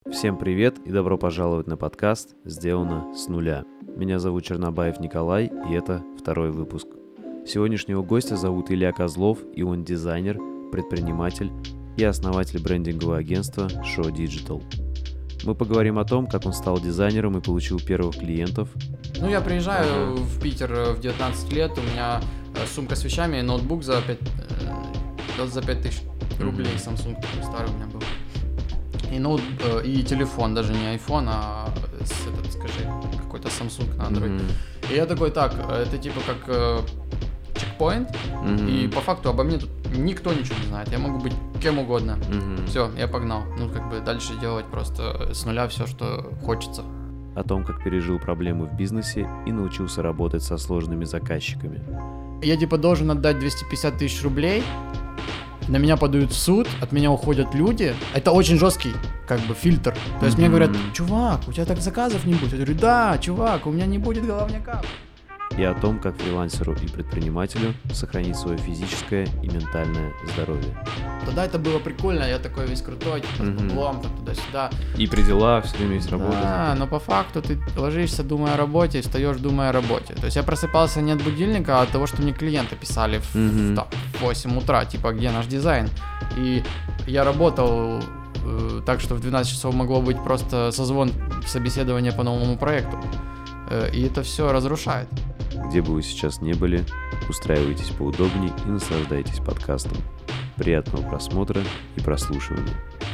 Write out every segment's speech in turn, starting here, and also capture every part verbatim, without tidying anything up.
Всем привет и добро пожаловать на подкаст «Сделано с нуля». Меня зовут Чернобаев Николай, и это второй выпуск. Сегодняшнего гостя зовут Илья Козлов, и он дизайнер, предприниматель и основатель брендингового агентства Show Digital. Мы поговорим о том, как он стал дизайнером и получил первых клиентов. Ну, я приезжаю ага. в Питер в девятнадцать лет, у меня сумка с вещами и ноутбук за пять, за пять тысяч рублей, mm-hmm. Samsung такой старый у меня был. И, ноут, и телефон, даже не iPhone, а этот, скажи, какой-то Samsung на Android. Mm-hmm. И я такой, так, это типа как э, чекпоинт, mm-hmm. и по факту обо мне тут никто ничего не знает, я могу быть кем угодно. Mm-hmm. Все, я погнал. Ну, как бы дальше делать просто с нуля все, что хочется. О том, как пережил проблемы в бизнесе и научился работать со сложными заказчиками. Я типа должен отдать двести пятьдесят тысяч рублей, на меня подают в суд, от меня уходят люди. Это очень жесткий, как бы, фильтр. То есть mm-hmm. мне говорят, чувак, у тебя так заказов не будет. Я говорю, да, чувак, у меня не будет головняка. И о том, как фрилансеру и предпринимателю сохранить свое физическое и ментальное здоровье. Тогда это было прикольно, я такой весь крутой, типа mm-hmm. с баблом, там туда-сюда. И при делах все время есть работа. Да, но по факту ты ложишься, думая о работе, и встаешь, думая о работе. То есть я просыпался не от будильника, а от того, что мне клиенты писали в, mm-hmm. в, там, в восемь утра, типа, где наш дизайн. И я работал э, так, что в двенадцать часов могло быть просто созвон, собеседование по новому проекту. Э, и это все разрушает. Где бы вы сейчас не были, устраивайтесь поудобнее и наслаждайтесь подкастом. Приятного просмотра и прослушивания.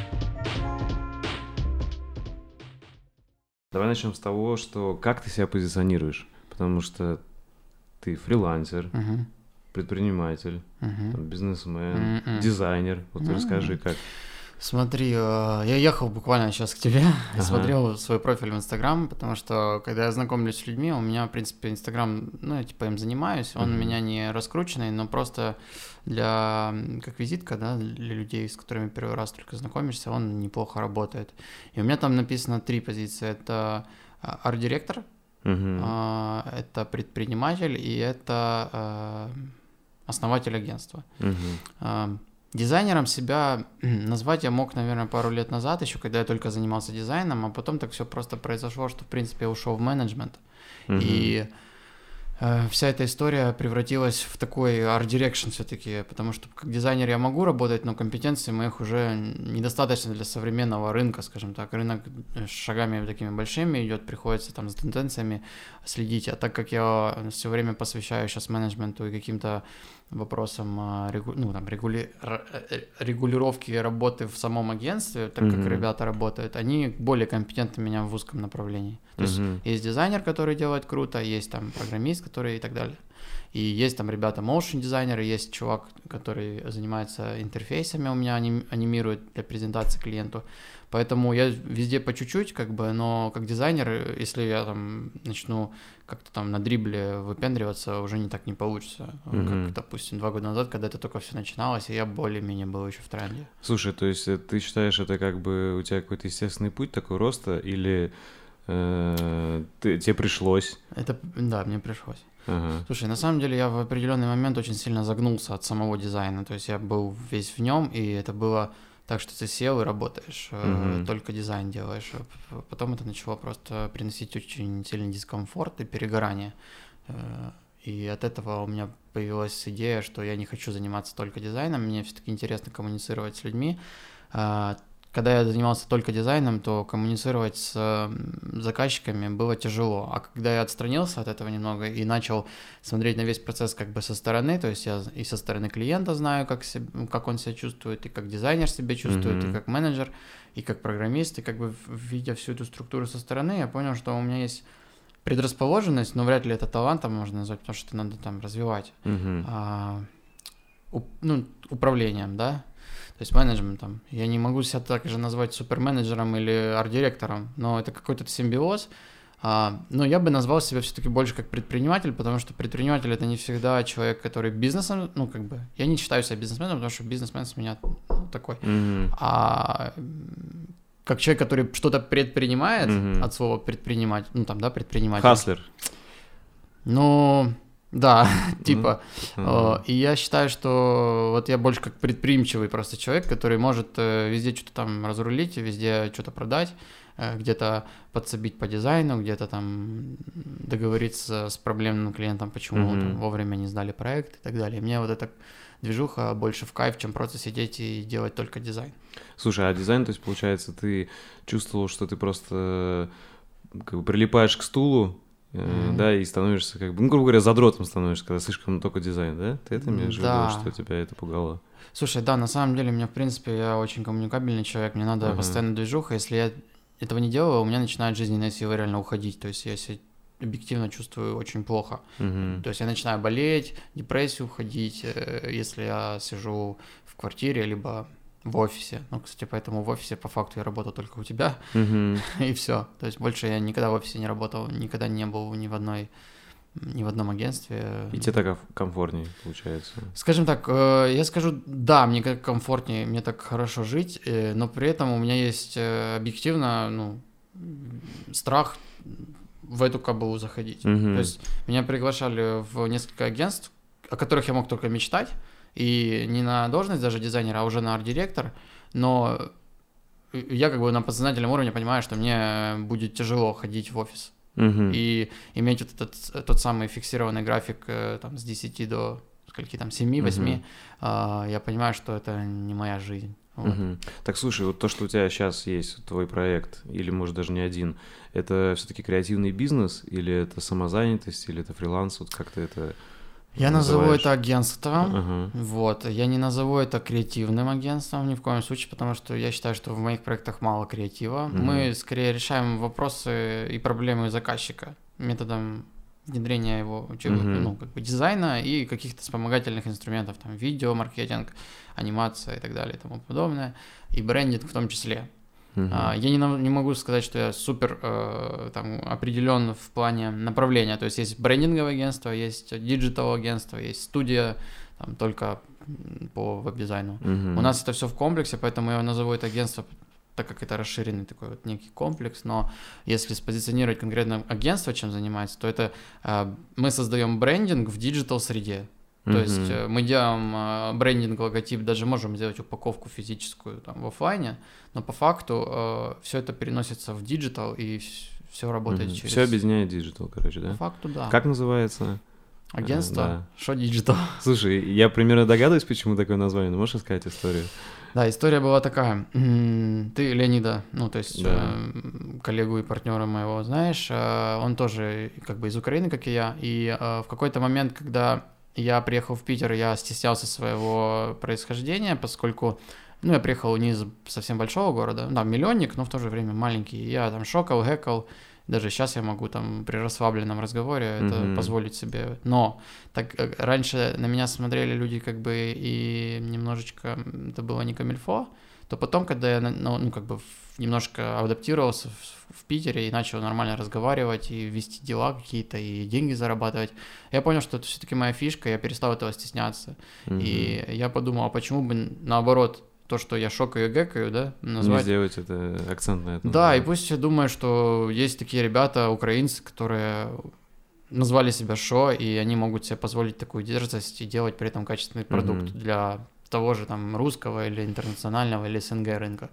Давай начнем с того, что как ты себя позиционируешь, потому что ты фрилансер, uh-huh. предприниматель, uh-huh. там, бизнесмен, uh-huh. дизайнер. Вот uh-huh. расскажи, как. Смотри, я ехал буквально сейчас к тебе, ага. смотрел свой профиль в Инстаграм, потому что, когда я знакомлюсь с людьми, у меня, в принципе, Инстаграм, ну, я, типа, им занимаюсь, он uh-huh. у меня не раскрученный, но просто для, как визитка, да, для людей, с которыми первый раз только знакомишься, он неплохо работает. И у меня там написано три позиции, это арт-директор, uh-huh. это предприниматель и это основатель агентства. Uh-huh. Дизайнером себя назвать я мог, наверное, пару лет назад, еще когда я только занимался дизайном, а потом так все просто произошло, что, в принципе, я ушел в менеджмент. Uh-huh. И э, вся эта история превратилась в такой арт-дирекшн все-таки, потому что как дизайнер я могу работать, но компетенций моих уже недостаточно для современного рынка, скажем так. Рынок шагами такими большими идет, приходится там за тенденциями следить. А так как я все время посвящаю сейчас менеджменту и каким-то вопросам ну, там, регули... регулировки работы в самом агентстве, так mm-hmm. как ребята работают, они более компетентны меня в узком направлении. То mm-hmm. есть есть дизайнер, который делает круто, есть там программист, который и так далее. И есть там ребята motion дизайнеры, есть чувак, который занимается интерфейсами, у меня аним... анимирует для презентации клиенту. Поэтому я везде по чуть-чуть, как бы, но как дизайнер, если я там начну как-то там на дрибле выпендриваться, уже не так не получится. Mm-hmm. Как, допустим, два года назад, когда это только все начиналось, и я более-менее был еще в тренде. Слушай, то есть ты считаешь, это как бы у тебя какой-то естественный путь такой роста, или э, ты, тебе пришлось? Это, да, мне пришлось. Ага. Слушай, на самом деле я в определенный момент очень сильно загнулся от самого дизайна, то есть я был весь в нем, и это было так, что ты сел и работаешь, mm-hmm. только дизайн делаешь. Потом это начало просто приносить очень сильный дискомфорт и перегорание. И от этого у меня появилась идея, что я не хочу заниматься только дизайном, мне все-таки интересно коммуницировать с людьми. Когда я занимался только дизайном, то коммуницировать с заказчиками было тяжело. А когда я отстранился от этого немного и начал смотреть на весь процесс как бы со стороны, то есть я и со стороны клиента знаю, как, себе, как он себя чувствует, и как дизайнер себя чувствует, mm-hmm. и как менеджер, и как программист, и как бы видя всю эту структуру со стороны, я понял, что у меня есть предрасположенность, но вряд ли это талантом можно назвать, потому что это надо там развивать. Mm-hmm. А, уп, ну, управлением, да. То есть менеджментом. Я не могу себя так же назвать суперменеджером или арт-директором, но это какой-то симбиоз. А, но я бы назвал себя все-таки больше как предприниматель, потому что предприниматель — это не всегда человек, который бизнесом, ну как бы, я не считаю себя бизнесменом, потому что бизнесмен с меня ну, такой. Mm-hmm. А как человек, который что-то предпринимает, mm-hmm. от слова предпринимать, ну там, да, предприниматель. Хаслер. Ну... Да, типа. Mm-hmm. И я считаю, что вот я больше как предприимчивый просто человек, который может везде что-то там разрулить, везде что-то продать, где-то подсобить по дизайну, где-то там договориться с проблемным клиентом, почему mm-hmm. там, вовремя не сдали проект и так далее. Мне вот эта движуха больше в кайф, чем просто сидеть и делать только дизайн. Слушай, а дизайн, то есть, получается, ты чувствовал, что ты просто как бы прилипаешь к стулу, Mm-hmm. да, и становишься как бы, ну, грубо говоря, задротом становишься, когда слишком только дизайн, да? Ты это имеешь в виду, да. что тебя это пугало? Слушай, да, на самом деле, мне, в принципе, я очень коммуникабельный человек, мне надо uh-huh. постоянно движуха, если я этого не делаю, у меня начинают жизненные силы реально уходить, то есть я себя объективно чувствую очень плохо, uh-huh. то есть я начинаю болеть, депрессию уходить, если я сижу в квартире, либо в офисе. Ну, кстати, поэтому в офисе по факту я работал только у тебя, uh-huh. и все. То есть больше я никогда в офисе не работал, никогда не был ни в одной, ни в одном агентстве. И тебе так комфортнее, получается? Скажем так, я скажу, да, мне как комфортнее, мне так хорошо жить, но при этом у меня есть объективно, ну, страх в эту кабалу заходить. Uh-huh. То есть меня приглашали в несколько агентств, о которых я мог только мечтать, и не на должность даже дизайнера, а уже на арт-директор, но я как бы на подсознательном уровне понимаю, что мне будет тяжело ходить в офис. Uh-huh. И иметь вот этот тот самый фиксированный график там с десяти до скольки там семи-восьми, uh-huh. я понимаю, что это не моя жизнь. Вот. Uh-huh. Так, слушай, вот то, что у тебя сейчас есть, твой проект, или, может, даже не один, это все-таки креативный бизнес, или это самозанятость, или это фриланс, вот как ты это... Я называешь? назову это агентством, uh-huh. вот, я не назову это креативным агентством ни в коем случае, потому что я считаю, что в моих проектах мало креатива. Uh-huh. Мы скорее решаем вопросы и проблемы заказчика методом внедрения его uh-huh. ну, как бы дизайна и каких-то вспомогательных инструментов, там, видео, маркетинг, анимация и так далее и тому подобное, и брендинг в том числе. Uh-huh. Я не, не могу сказать, что я супер э, там, определен в плане направления. То есть есть брендинговое агентство, есть диджитал агентство, есть студия там, только по веб-дизайну. Uh-huh. У нас это все в комплексе, поэтому я назову это агентство, так как это расширенный такой вот некий комплекс. Но если спозиционировать конкретно агентство, чем занимается, то это э, мы создаем брендинг в диджитал среде. То mm-hmm. есть э, мы делаем э, брендинг, логотип, даже можем сделать упаковку физическую там в офлайне, но по факту э, все это переносится в диджитал и все работает mm-hmm. через... Все объединяет диджитал, короче, да? По факту, да. Как называется? Агентство Шо Диджитал. Слушай, я примерно догадываюсь, почему такое название, но можешь рассказать историю? Да, история была такая. Ты Леонида, ну, то есть да. э, коллегу и партнера моего знаешь, э, он тоже как бы из Украины, как и я, и э, в какой-то момент, когда я приехал в Питер, я стеснялся своего происхождения, поскольку, ну, я приехал не из совсем большого города, да, миллионник, но в то же время маленький. Я там шокал, гэкал, даже сейчас я могу там при расслабленном разговоре это mm-hmm. позволить себе. Но так раньше на меня смотрели люди как бы и немножечко, это было не камильфо, то потом, когда я, ну, ну как бы немножко адаптировался в, в Питере и начал нормально разговаривать и вести дела какие-то, и деньги зарабатывать, я понял, что это все-таки моя фишка, я перестал этого стесняться. Mm-hmm. И я подумал, а почему бы наоборот то, что я шокаю и гэкаю, да, назвать... Не сделать это, акцент на этом. Да, да, и пусть все думают, что есть такие ребята, украинцы, которые назвали себя Шо, и они могут себе позволить такую дерзость и делать при этом качественный продукт mm-hmm. для того же там русского или интернационального или СНГ рынка.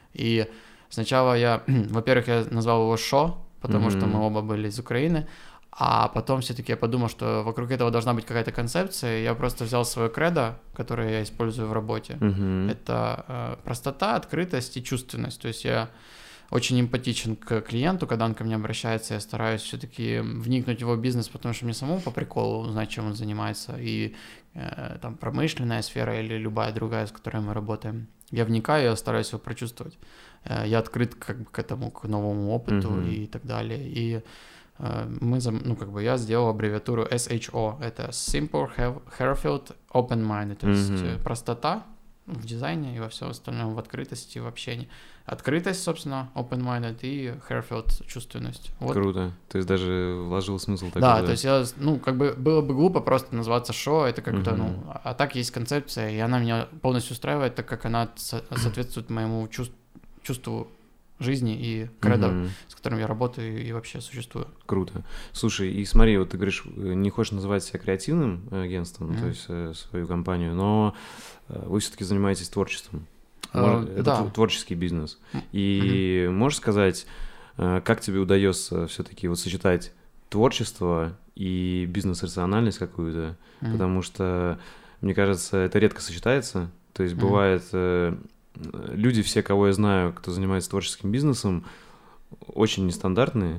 И сначала я, во-первых, я назвал его Шо, потому mm-hmm. что мы оба были из Украины, а потом все-таки я подумал, что вокруг этого должна быть какая-то концепция, я просто взял свое кредо, которое я использую в работе. Mm-hmm. Это э, простота, открытость и чувственность. То есть я очень эмпатичен к клиенту, когда он ко мне обращается, я стараюсь все-таки вникнуть в его бизнес, потому что мне самому по приколу узнать, чем он занимается, и э, там промышленная сфера или любая другая, с которой мы работаем. Я вникаю, я стараюсь его прочувствовать. Э, я открыт как бы к этому, к новому опыту mm-hmm. и так далее. И э, мы, ну как бы я сделал аббревиатуру эс эйч о, это Simple Hairfield Open Mind, то есть mm-hmm. простота в дизайне и во всем остальном, в открытости, в общении. Открытость, собственно, open-minded, и Hairfield чувственность. Вот. Круто. То есть даже вложил смысл такой. Да, да, то есть я, ну, как бы было бы глупо просто называться Шо, это как-то, uh-huh. ну, а так есть концепция, и она меня полностью устраивает, так как она со- соответствует моему чувств- чувству жизни и кредо, Мгм. с которым я работаю и вообще существую. Круто. Слушай, и смотри, вот ты говоришь, э, не хочешь называть себя креативным э, агентством, Мгм. то есть э, свою компанию, но э, вы все-таки занимаетесь творчеством. Э, Мож- Это да. тв- творческий бизнес. М, И можешь сказать, э, как тебе удается все-таки вот сочетать творчество и бизнес-рациональность какую-то? Мгм. Потому что, мне кажется, это редко сочетается. То есть Мгм. бывает, э, люди все, кого я знаю, кто занимается творческим бизнесом, очень нестандартные.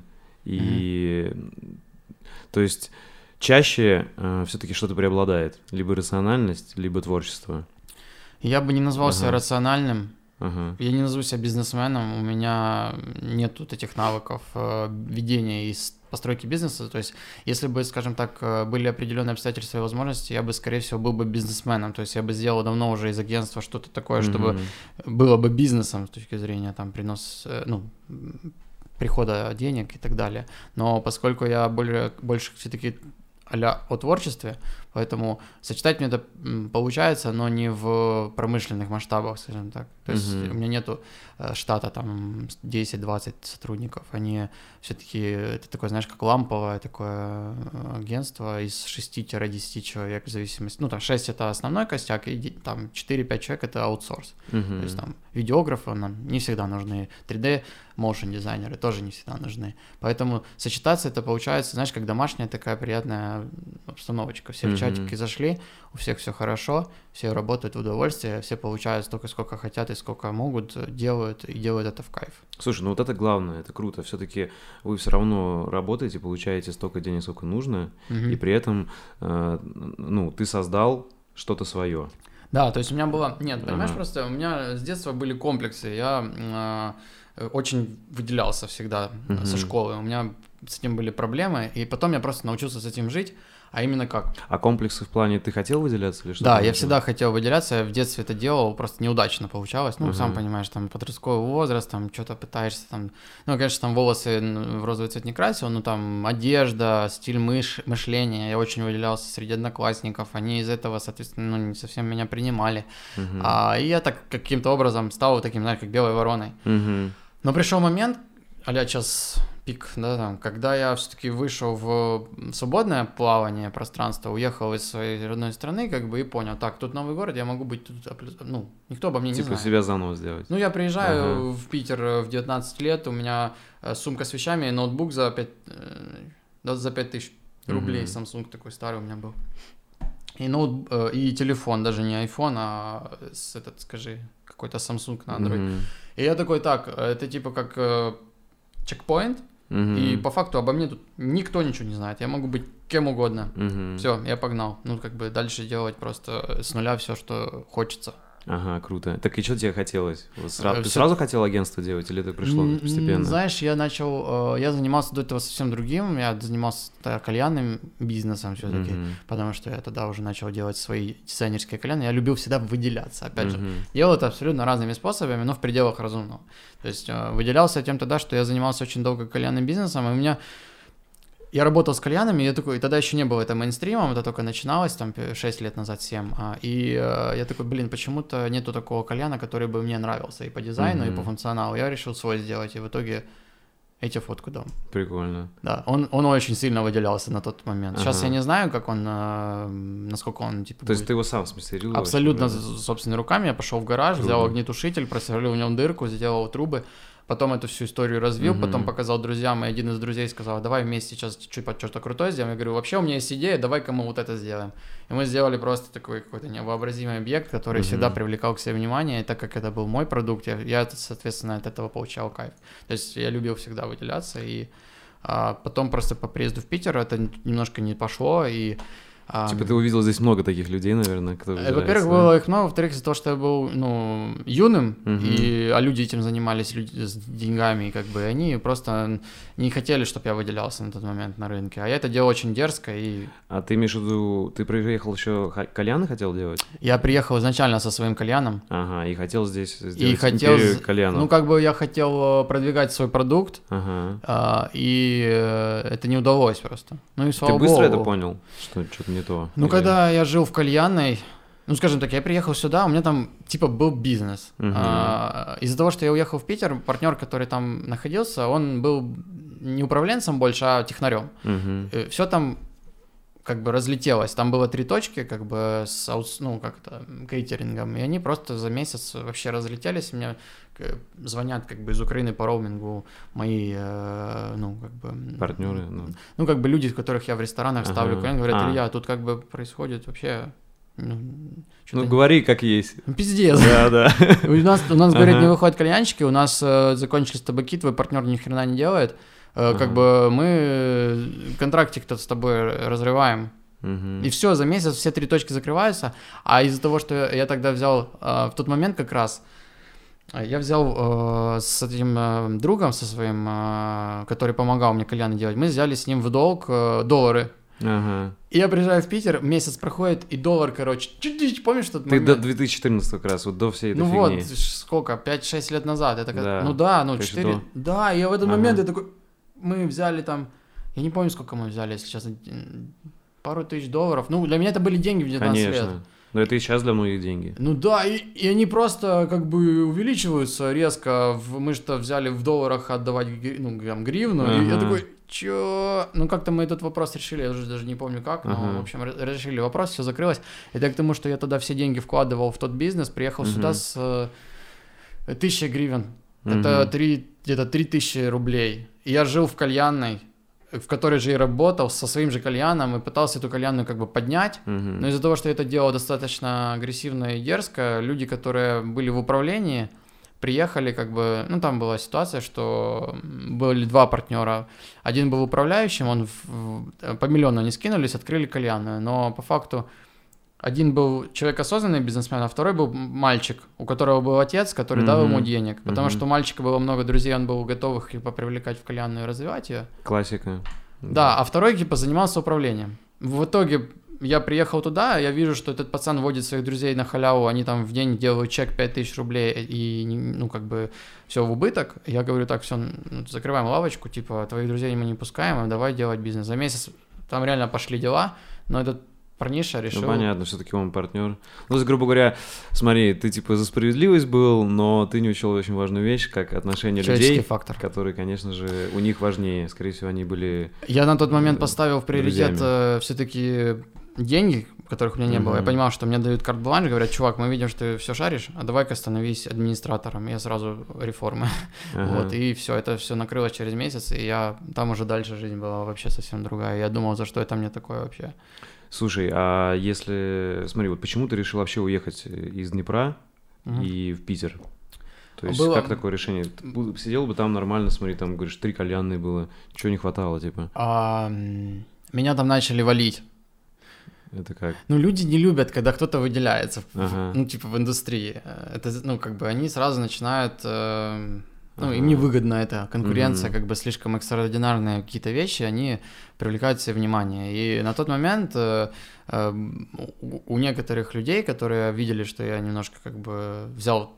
И то есть чаще все-таки что-то преобладает. Либо рациональность, либо творчество. Я бы не назвал себя Ага. рациональным. Ага. Я не назову себя бизнесменом, у меня нет вот этих навыков э, ведения и с- постройки бизнеса. То есть, если бы, скажем так, э, были определенные обстоятельства и возможности, я бы, скорее всего, был бы бизнесменом. То есть, я бы сделал давно уже из агентства что-то такое, чтобы Мгм. было бы бизнесом с точки зрения там принос, э, ну, м, прихода денег и так далее. Но поскольку я более, больше все-таки а-ля о творчестве, поэтому сочетать мне это м, получается, но не в промышленных масштабах, скажем так. То есть Мгм. у меня нету э, штата там десять-двадцать сотрудников, они все-таки, это такое, знаешь, как ламповое такое э, агентство из шести-десяти человек в зависимости, ну там шесть это основной костяк, и де- там четыре-пять человек это аутсорс. Мгм. То есть там видеографы нам не всегда нужны, три дэ motion дизайнеры тоже не всегда нужны. Поэтому сочетаться это получается, знаешь, как домашняя такая приятная обстановочка. Все в Мгм. чатике зашли, у всех все хорошо, все работают в удовольствие, все получают столько, сколько хотят и сколько могут, делают и делают это в кайф. Слушай, ну вот это главное, это круто. Все-таки вы все равно работаете, получаете столько денег, сколько нужно, Мгм. и при этом, э, ну, ты создал что-то свое. Да, то есть у меня было... Нет, понимаешь, Ага. просто у меня с детства были комплексы. Я э, очень выделялся всегда э, со Мгм. школы. У меня с этим были проблемы, и потом я просто научился с этим жить. А именно как? А комплексы в плане ты хотел выделяться или что? Да, ты я хотел? всегда хотел выделяться, я в детстве это делал, просто неудачно получалось. Ну, Ага. сам понимаешь, там подростковый возраст, там что-то пытаешься там... Ну, конечно, там волосы н- в розовый цвет не красил, но там одежда, стиль мыш... мышления, я очень выделялся среди одноклассников, они из этого, соответственно, ну, не совсем меня принимали. Мгм. А, и я так каким-то образом стал таким, знаешь, как белой вороной. Мгм. Но пришел момент, а-ля сейчас пик, да, там, когда я все-таки вышел в свободное плавание, пространство, уехал из своей родной страны, как бы, и понял, так, тут новый город, я могу быть тут, абсолютно- ну, никто обо мне не Типа знает. себя заново сделать. Ну, я приезжаю Ага. в Питер э, в девятнадцать лет, у меня э, сумка с вещами, ноутбук за пять, э, да, за пять тысяч рублей, Мгм. Samsung такой старый у меня был. И, ноут, э, и телефон, даже не iPhone, а с этот, скажи, какой-то Samsung на Android. Мгм. И я такой, так, это типа как э, чекпоинт, Мгм. и по факту обо мне тут никто ничего не знает, я могу быть кем угодно. Мгм. Все, я погнал. Ну, как бы дальше делать просто с нуля все, что хочется. Ага, круто. Так и что тебе хотелось? Вот сра- Э, Ты всё- сразу хотел агентство делать или это пришло М, постепенно? Знаешь, я начал, э, я занимался до этого совсем другим, я занимался тогда кальянным бизнесом все-таки, Мгм. потому что я тогда уже начал делать свои дизайнерские кальяны, я любил всегда выделяться, опять же. Мгм. Делал это абсолютно разными способами, но в пределах разумного. То есть э, выделялся тем тогда, что я занимался очень долго кальянным бизнесом, и у меня... Я работал с кальянами, и я такой, и тогда еще не было это мейнстримом, это только начиналось, там, шесть лет назад, семь. А, и э, я такой, блин, почему-то нету такого кальяна, который бы мне нравился и по дизайну, и по Мгм. функционалу. Я решил свой сделать, и в итоге я тебе фотку дам. Прикольно. Да, он, он очень сильно выделялся на тот момент. Сейчас Ага. я не знаю, как он, э, насколько он, типа, То есть будет. ты его сам смастерил? Абсолютно вообще, с- собственными руками. Я пошел в гараж, Круто. взял огнетушитель, просверлил в нем дырку, сделал трубы. Потом эту всю историю развил, Мгм. потом показал друзьям, и один из друзей сказал, давай вместе сейчас чуть-чуть что-то крутое сделаем. Я говорю, вообще у меня есть идея, давай-ка мы вот это сделаем. И мы сделали просто такой какой-то невообразимый объект, который Мгм. всегда привлекал к себе внимание, и так как это был мой продукт, я, я, соответственно, от этого получал кайф. То есть я любил всегда выделяться, и а, потом просто по приезду в Питер это немножко не пошло, и... а, Типа ты увидел здесь много таких людей, наверное, кто Э, выделяется, Во-первых, да? было их много, во-вторых, из-за того, что я был, ну, юным, Мгм. и, а люди этим занимались люди с деньгами, и как бы они просто не хотели, чтобы я выделялся на тот момент на рынке. А я это делал очень дерзко, и А ты имеешь в виду, ты приехал еще ха- кальяны хотел делать? я приехал изначально со своим кальяном, Ага, и хотел здесь сделать и хотел, империю з- кальянов. ну, как бы я хотел э, продвигать свой продукт, Ага. а, и э, это не удалось просто. Ну и слава Ты быстро богу. это понял, что что-то не то? Ну, Или- когда я жил в кальянной, Ну, скажем так, я приехал сюда, у меня там, типа, был бизнес. Uh-huh. А, из-за того, что я уехал в Питер, партнер, который там находился, он был не управленцем больше, а технарем. Uh-huh. Все там как бы разлетелось. Там было три точки, как бы, с аутс... ну, как-то, кейтерингом, и они просто за месяц вообще разлетелись. Мне звонят, как бы, из Украины по роумингу мои, э, ну, как бы... Партнеры, ну. Ну, как бы люди, которых я в ресторанах uh-huh. ставлю, они говорят, а. Илья, тут как бы происходит вообще... Ну, ну говори как есть. Пиздец. Да, да. У нас, у нас говорят, не выходят кальянщики, у нас э, закончились табаки, твой партнер ни хрена не делает. Э, ага. Как бы мы контрактик-то с тобой разрываем. Угу. И все, за месяц все три точки закрываются. А из-за того, что я тогда взял э, в тот момент как раз, я взял э, с этим э, другом, со своим, э, который помогал мне кальяны делать, мы взяли с ним в долг э, доллары. Ага. И я приезжаю в Питер, месяц проходит, и доллар, короче, чуть-чуть, помнишь тот Ты момент? до две тысячи четырнадцатого как раз, вот до всей этой ну фигни. Ну вот, сколько, пять-шесть лет назад, это как... Да. Ну да, ну четыре... четыре... Да, и я в этот ага. момент, я такой, мы взяли там, я не помню, сколько мы взяли, если честно, пару тысяч долларов, ну для меня это были деньги в девятнадцать Конечно. лет. Но это и сейчас для многих деньги. Ну да, и, и они просто как бы увеличиваются резко, в, мы что взяли в долларах отдавать, ну, там, гривну, ага. и я такой... Чё? Ну, как-то мы этот вопрос решили, я уже даже не помню как, но, uh-huh. в общем, решили вопрос, все закрылось. Это к тому, что я тогда все деньги вкладывал в тот бизнес, приехал uh-huh. сюда с э, тысячей гривен. Uh-huh. Это три, где-то три тысячи рублей. И я жил в кальянной, в которой же и работал, со своим же кальяном, и пытался эту кальянную как бы поднять. Uh-huh. Но из-за того, что я это делал достаточно агрессивно и дерзко, люди, которые были в управлении... Приехали, как бы, ну, там была ситуация, что были два партнера. Один был управляющим, он в, в, по миллиону они скинулись, открыли кальянную. Но по факту один был человек осознанный бизнесмен, а второй был мальчик, у которого был отец, который mm-hmm. дал ему денег. Потому mm-hmm. что у мальчика было много друзей, он был готов их попривлекать в кальянную и развивать ее. Классика. Да, а второй, типа, занимался управлением. В итоге... Я приехал туда, я вижу, что этот пацан водит своих друзей на халяву, они там в день делают чек пять тысяч рублей и, ну, как бы, все в убыток. Я говорю, так, все, закрываем лавочку, типа, твоих друзей мы не пускаем, а давай делать бизнес. За месяц там реально пошли дела, но этот парниша решил... Ну, понятно, все-таки он партнер. Ну, грубо говоря, смотри, ты, типа, за справедливость был, но ты не учел очень важную вещь, как отношение людей, фактор. Которые, конечно же, у них важнее. Скорее всего, они были... Я на тот момент поставил в приоритет э, все-таки... деньги, которых у меня не uh-huh. было, я понимал, что мне дают карт-бланш, говорят, чувак, мы видим, что ты все шаришь, а давай-ка становись администратором. Я сразу реформы. Uh-huh. Вот, и все, это все накрылось через месяц, и я там уже дальше жизнь была вообще совсем другая. Я думал, за что это мне такое вообще. Слушай, а если... Смотри, вот почему ты решил вообще уехать из Днепра uh-huh. и в Питер? То есть было... как такое решение? Ты сидел бы там нормально, смотри, там, говоришь, три кальянные было, чего не хватало, типа? А, меня там начали валить. Это как? Ну, люди не любят, когда кто-то выделяется, ага. ну, типа, в индустрии. Это, ну, как бы, они сразу начинают, э, ну, ага. им невыгодно это, конкуренция, mm-hmm. как бы, слишком экстраординарные какие-то вещи, они привлекают себе внимание. И на тот момент э, э, у некоторых людей, которые видели, что я немножко, как бы, взял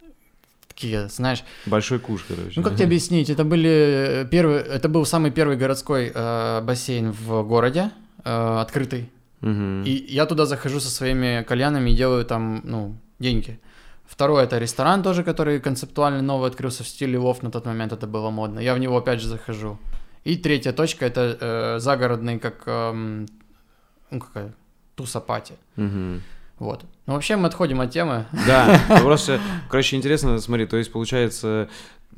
такие, знаешь... Большой куш, короче. Ну, как тебе объяснить? Это были первые, это был самый первый городской э, бассейн в городе, э, открытый. Uh-huh. И я туда захожу со своими кальянами и делаю там, ну, деньги. Второй — это ресторан тоже, который концептуально новый открылся в стиле лофт, на тот момент это было модно. Я в него опять же захожу. И третья точка — это э, загородный, как, э, ну, какая, туса-пати. Uh-huh. Вот. Ну, вообще мы отходим от темы. Да, просто, короче, интересно, смотри, то есть, получается...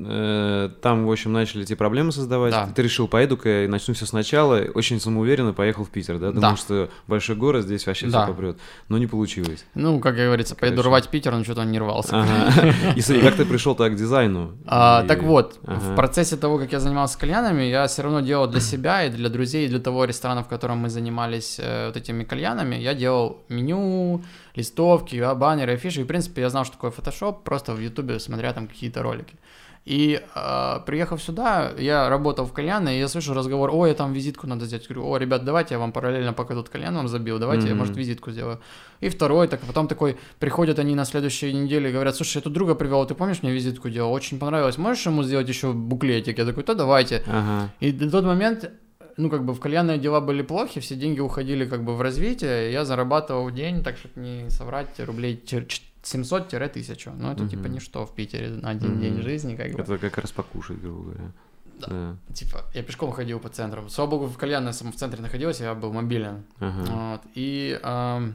Там, в общем, начали эти проблемы создавать. Да. Ты решил, поеду-ка и начну все сначала. Очень самоуверенно поехал в Питер, да? Думал, да. что большой город, здесь вообще да. все попрет. Но не получилось. Ну, как говорится, Короче. поеду рвать Питер, но что-то он не рвался. Ага. И смотри, как ты пришел так к дизайну? А, и... Так вот, ага. в процессе того, как я занимался кальянами, я все равно делал для себя и для друзей, и для того ресторана, в котором мы занимались э, вот этими кальянами, я делал меню, листовки, баннеры, афиши. И, в принципе, я знал, что такое фотошоп, просто в Ютубе смотря там какие-то ролики. И э, приехав сюда, я работал в кальянной, и я слышу разговор, ой, я там визитку надо сделать. Говорю, о, ребят, давайте я вам параллельно, пока тут кальян вам забил, давайте mm-hmm. я, может, визитку сделаю. И второй, так, потом такой, приходят они на следующей неделе и говорят, слушай, я тут друга привел, ты помнишь, мне визитку делал, очень понравилось, можешь ему сделать еще буклетик? Я такой, да давайте. Ага. И на тот момент ну, как бы в кальянные дела были плохи, все деньги уходили как бы в развитие, я зарабатывал в день, так что не соврать, рублей семьсот-тысячу. Ну, это, uh-huh. типа, ничто в Питере на один uh-huh. день жизни, как бы. Это как раз покушать, грубо говоря. Да. да. Типа, я пешком ходил по центру. Слава богу, в кальянной в центре находилась, я был мобилен. Uh-huh. Вот. И э,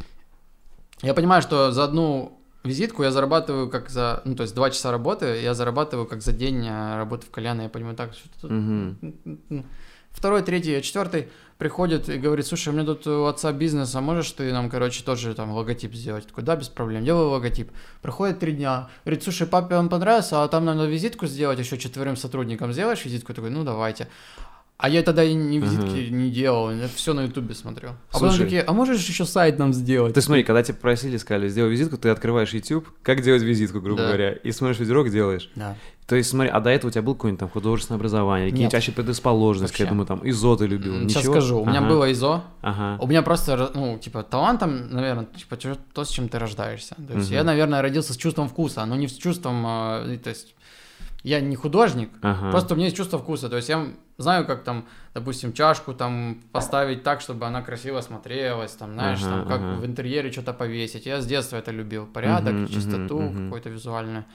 я понимаю, что за одну визитку я зарабатываю как за... Ну, то есть два часа работы я зарабатываю как за день работы в кальянной. Я понимаю, так, что... Uh-huh. Второй, третий, четвертый приходит и говорит: слушай, у меня тут у отца бизнес, а можешь ты нам, короче, тоже там логотип сделать? Такой: да, без проблем, делаю логотип. Проходит три дня, говорит: слушай, папе он понравился, а там надо визитку сделать еще четверым сотрудникам, сделаешь визитку? Я такой: ну, давайте. А я тогда и ни визитки uh-huh. не делал, я все на ютубе смотрел. А Слушай, потом такие: а можешь еще сайт нам сделать? Ты смотри, когда тебя попросили, сказали, сделай визитку, ты открываешь YouTube, как делать визитку, грубо да. говоря, и смотришь видеоролик, делаешь. Да. То есть, смотри, а до этого у тебя было какое-нибудь там художественное образование, какие-нибудь чаще предрасположенность к этому, там, ИЗО ты любил, Сейчас ничего? скажу, у ага. меня было ИЗО, ага. у меня просто, ну, типа, талантом, наверное, типа, то, с чем ты рождаешься. То есть, угу. я, наверное, родился с чувством вкуса, но не с чувством, то есть... Я не художник, ага. просто у меня есть чувство вкуса, то есть я знаю, как там, допустим, чашку там поставить так, чтобы она красиво смотрелась, там, знаешь, ага, там, как ага. в интерьере что-то повесить. Я с детства это любил, порядок, uh-huh, чистоту uh-huh, какую-то визуальную,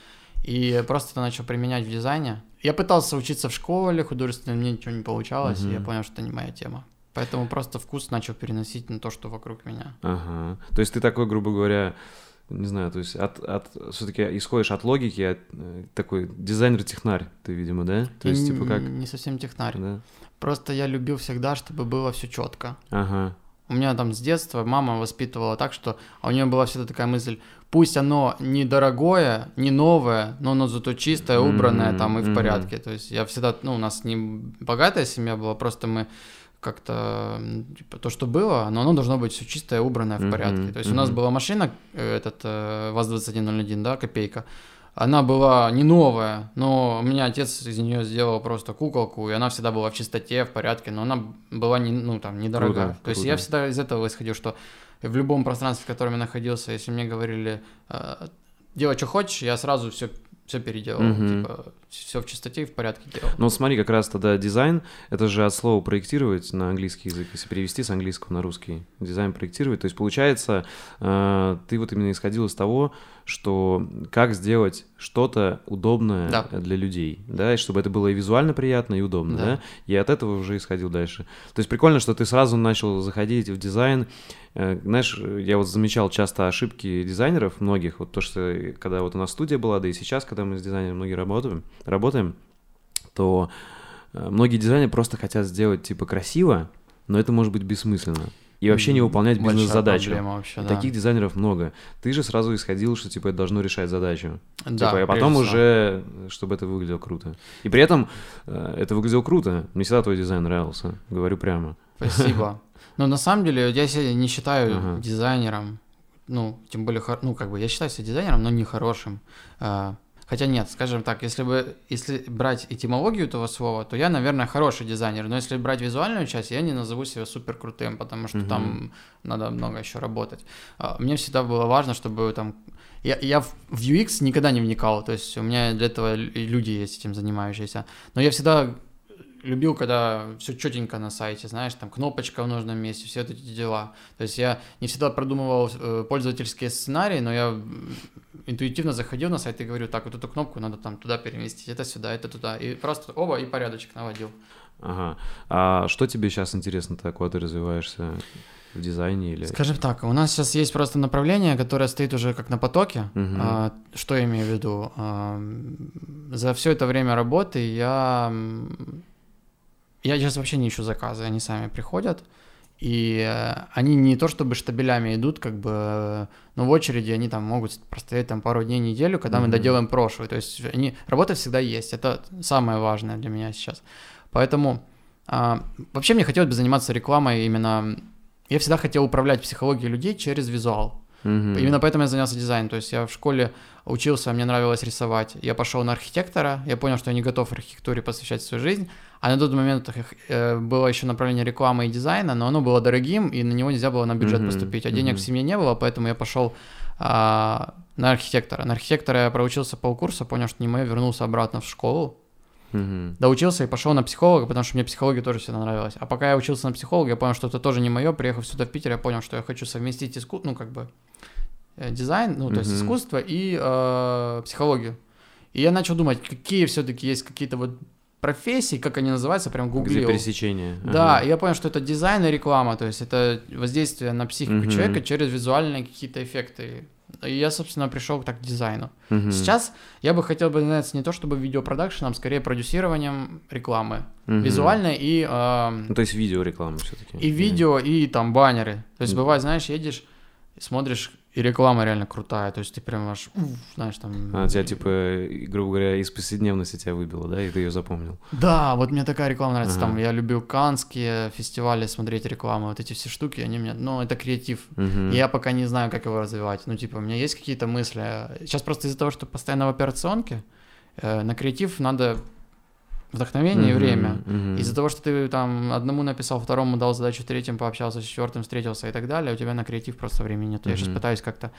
и просто это начал применять в дизайне. Я пытался учиться в школе художественной, мне ничего не получалось, uh-huh. и я понял, что это не моя тема. Поэтому просто вкус начал переносить на то, что вокруг меня. Ага, то есть ты такой, грубо говоря... Не знаю, то есть от, от, все-таки исходишь от логики, от, такой дизайнер-технарь ты, видимо, да? То есть, не, типа как... Не совсем технарь. Да. Просто я любил всегда, чтобы было все четко. Ага. У меня там с детства мама воспитывала так, что... А у нее была всегда такая мысль: пусть оно не дорогое, не новое, но оно зато чистое, убранное mm-hmm, там и в mm-hmm. порядке. То есть я всегда... Ну, у нас не богатая семья была, просто мы... как-то, типа, то, что было, но оно должно быть все чистое, убранное, в порядке. Mm-hmm, то есть mm-hmm. у нас была машина, этот ВАЗ двадцать один ноль один, да, копейка. Она была не новая, но у меня отец из нее сделал просто куколку, и она всегда была в чистоте, в порядке, но она была не, ну, там, недорогая. Круто, то круто. Есть я всегда из этого исходил, что в любом пространстве, в котором я находился, если мне говорили делай, что хочешь, я сразу все все переделал, mm-hmm. типа, все в чистоте и в порядке делал. Ну, смотри, как раз тогда дизайн, это же от слова проектировать на английский язык, если перевести с английского на русский. Дизайн проектировать, то есть, получается, э, ты вот именно исходил из того, что как сделать что-то удобное да. для людей, да, и чтобы это было и визуально приятно, и удобно, да. да, и от этого уже исходил дальше. То есть прикольно, что ты сразу начал заходить в дизайн. Знаешь, я вот замечал часто ошибки дизайнеров многих, вот то, что когда вот у нас студия была, да и сейчас, когда мы с дизайнером многие работаем, работаем, то многие дизайнеры просто хотят сделать типа красиво, но это может быть бессмысленно. И вообще не выполнять бизнес-задачу. Вообще, да. Таких дизайнеров много. Ты же сразу исходил, что типа это должно решать задачу. Да, типа, а потом уже, чтобы это выглядело круто. И при этом это выглядело круто. Мне всегда твой дизайн нравился. Говорю прямо. Спасибо. Но на самом деле я себя не считаю ага. дизайнером. Ну, тем более, ну, как бы я считаю себя дизайнером, но не хорошим. Хотя нет, скажем так, если бы если брать этимологию этого слова, то я, наверное, хороший дизайнер, но если брать визуальную часть, я не назову себя супер крутым, потому что uh-huh. там надо много еще работать. Мне всегда было важно, чтобы там... Я, я в ю экс никогда не вникал, то есть у меня для этого люди есть этим занимающиеся, но я всегда любил, когда все четенько на сайте, знаешь, там кнопочка в нужном месте, все эти дела. То есть я не всегда продумывал э, пользовательские сценарии, но я интуитивно заходил на сайт и говорю: так, вот эту кнопку надо там туда переместить, это сюда, это туда. И просто оба, и порядочек наводил. Ага. А что тебе сейчас интересно такое, ты развиваешься в дизайне или... Скажем так, у нас сейчас есть просто направление, которое стоит уже как на потоке. Uh-huh. А, что я имею в виду? А, за все это время работы я... Я сейчас вообще не ищу заказы, они сами приходят, и они не то чтобы штабелями идут, как бы, но в очереди они там могут простоять там пару дней, неделю, когда mm-hmm. мы доделаем прошлую, то есть они, работа всегда есть, это самое важное для меня сейчас. Поэтому а, вообще мне хотелось бы заниматься рекламой именно, я всегда хотел управлять психологией людей через визуал. Mm-hmm. Именно поэтому я занялся дизайном, то есть я в школе учился, мне нравилось рисовать, я пошел на архитектора, я понял, что я не готов архитектуре посвящать свою жизнь, а на тот момент э, было еще направление рекламы и дизайна, но оно было дорогим, и на него нельзя было на бюджет mm-hmm. поступить, а денег mm-hmm. в семье не было, поэтому я пошел э, на архитектора. На архитектора я проучился полкурса, понял, что не мое, вернулся обратно в школу, Угу. Доучился и пошел на психолога, потому что мне психология тоже всегда нравилась. А пока я учился на психолога, я понял, что это тоже не мое. Приехав сюда в Питер, я понял, что я хочу совместить искусство, ну, как бы, э, дизайн, ну, то Мгм. есть искусство и э, психологию. И я начал думать, какие все-таки есть какие-то вот профессии, как они называются, прям Где гуглил. пересечение. Да, Ага. и я понял, что это дизайн и реклама, то есть это воздействие на психику Мгм. человека через визуальные какие-то эффекты. И я, собственно, пришел так к дизайну. Мгм. Сейчас я бы хотел бы заняться не то чтобы видеопродакшеном, скорее продюсированием рекламы. Мгм. Визуальной и, эм, Ну, то есть видеореклама все-таки. и видео, и там баннеры. То есть Мгм. бывает, знаешь, едешь, смотришь, и реклама реально крутая. То есть ты прям аж, уф, знаешь, там... А тебя, типа, грубо говоря, из повседневности тебя выбило, да, и ты ее запомнил. Да, вот мне такая реклама нравится. Ага. Там я люблю каннские фестивали, смотреть рекламу. Вот эти все штуки, они мне... Ну, это креатив. Мгм. И я пока не знаю, как его развивать. Ну, типа, у меня есть какие-то мысли. Сейчас просто из-за того, что постоянно в операционке, э, на креатив надо вдохновение и Мгм. время. Мгм. Из-за того, что ты там одному написал, второму дал задачу, третьим пообщался, с четвертым встретился и так далее, у тебя на креатив просто времени нет. Я сейчас Мгм. пытаюсь как-то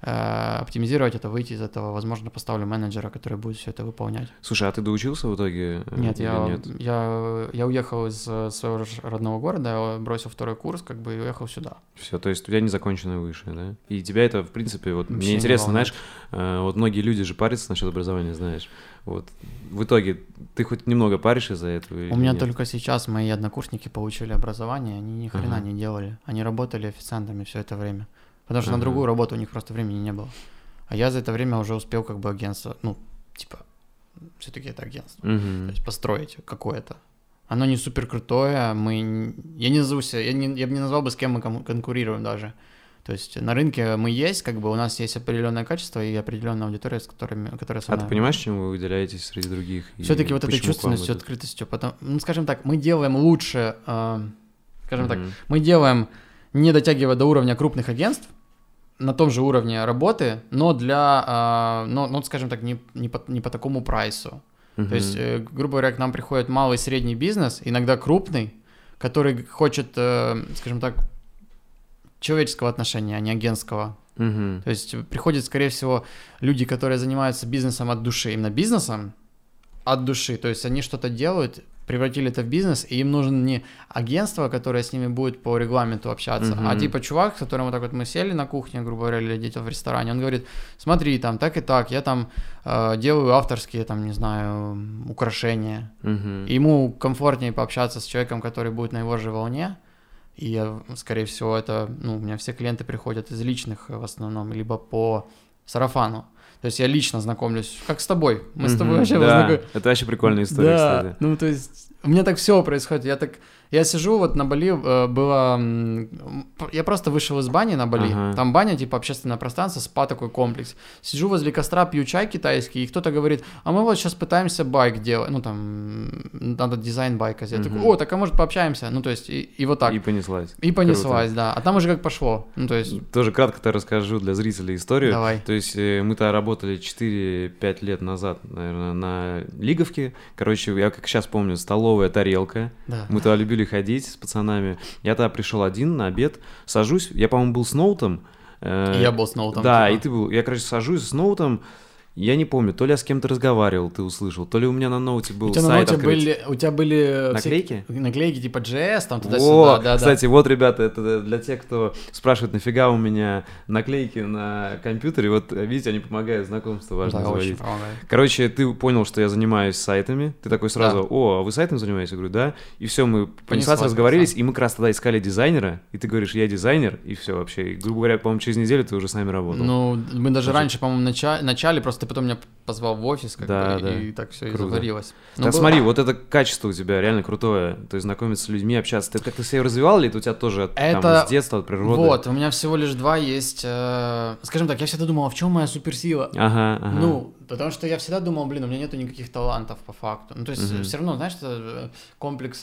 э, оптимизировать это, выйти из этого. Возможно, поставлю менеджера, который будет все это выполнять. Слушай, а ты доучился в итоге? э, Нет, или я, нет? Я, я уехал из э, своего ж- родного города, я бросил второй курс, как бы, и уехал сюда. Все, то есть у тебя незаконченное высшее, да? И тебя это, в принципе, вот Вообще мне не интересно, волнует. знаешь, э, вот многие люди же парятся насчет образования, знаешь. Вот в итоге ты хоть немного паришь из-за этого? или У меня нет? только сейчас мои однокурсники получили образование, они ни хрена Ага. не делали. Они работали официантами все это время. Потому что Ага. на другую работу у них просто времени не было. А я за это время уже успел как бы агентство, ну, типа, все-таки это агентство. Мгм. То есть построить какое-то. Оно не супер крутое, мы... н- Я не назову себя, я, не, я бы не назвал бы, с кем мы кому- конкурируем даже. То есть на рынке мы есть, как бы у нас есть определенное качество и определенная аудитория, с которыми, которая со А мной... ты понимаешь, чем вы выделяетесь среди других? И Все-таки вот этой почему к вам чувственностью, этот- открытостью. Потом, ну, скажем так, мы делаем лучше, э, скажем так, Мгм. мы делаем, не дотягивая до уровня крупных агентств, на том же уровне работы, но для, э, но, ну, скажем так, не, не, по, не по такому прайсу. Мгм. То есть, э, грубо говоря, к нам приходит малый и средний бизнес, иногда крупный, который хочет, э, скажем так, человеческого отношения, а не агентского. Мгм. То есть приходят, скорее всего, люди, которые занимаются бизнесом от души, именно бизнесом от души. То есть они что-то делают, превратили это в бизнес, и им нужно не агентство, которое с ними будет по регламенту общаться, а Мгм. типа чувак, с которым вот так вот мы сели на кухне, грубо говоря, или где-то в ресторане, он говорит, смотри, там так и так, я там э, делаю авторские, там, не знаю, украшения. Мгм. И ему комфортнее пообщаться с человеком, который будет на его же волне. И, я, скорее всего, это, ну, у меня все клиенты приходят из личных в основном, либо по сарафану. То есть я лично знакомлюсь, как с тобой. Мы с тобой Мгм. вообще Да, познаком- это вообще прикольная история, Да, кстати. ну то есть у меня так все происходит. Я так, я сижу вот на Бали, э, было, м, я просто вышел из бани на Бали. Ага. Там баня, типа общественное пространство, спа такой комплекс. Сижу возле костра, пью чай китайский, и кто-то говорит, а мы вот сейчас пытаемся байк делать, ну там м, надо дизайн байка сделать. Я Мгм. такой, о, так а может пообщаемся? Ну то есть и, и вот так. И И, понеслась. понеслась, да. А там уже как пошло. Ну то есть, Тоже кратко-то расскажу для зрителей историю. давай. То есть э, мы-то работали четыре-пять лет назад, наверное, на Лиговке. Короче, я как сейчас помню, столовая тарелка. Да. Мы туда любили ходить с пацанами. Я тогда пришел один на обед, сажусь, я, по-моему, был с ноутом. э, И я был с ноутом. Да, типа. и ты был. Я, короче, сажусь с ноутом. Я не помню, то ли я с кем-то разговаривал, ты услышал, то ли у меня на ноуте был У тебя на сайт ноуте открыт. были, у тебя были Наклейки? всякие- наклейки типа джей эс, там О, туда-сюда, да, кстати, вот, ребята, это для тех, кто спрашивает, нафига у меня наклейки на компьютере, вот, видите, они помогают, знакомство да. важно Да, очень заводить. помогает. Короче, ты понял, что я занимаюсь сайтами, ты такой сразу, Да. о, а вы сайтом занимаетесь? Я говорю, да, и все, мы понеслась, Понеслась, разговорились, просто. и мы как раз тогда искали дизайнера, и ты говоришь, я дизайнер, и все вообще, и, грубо говоря, по-моему, через неделю ты уже с нами работал. Ну, мы даже Слушай. раньше, по-моему, нача- начали, просто ты потом меня позвал в офис, как Да, бы, да. и так все и Круто. заварилось. Ну, Так был- смотри, вот это качество у тебя реально крутое, то есть знакомиться с людьми, общаться. Ты как-то себя развивал, или это у тебя тоже от- там, Это- с детства, от природы? Вот, у меня всего лишь два есть, э, скажем так, я всегда думал, а в чем моя суперсила? Ага, ага. Ну, потому что я всегда думал, блин, у меня нету никаких талантов по факту. Ну, то есть Мгм. все равно, знаешь, это э, комплекс,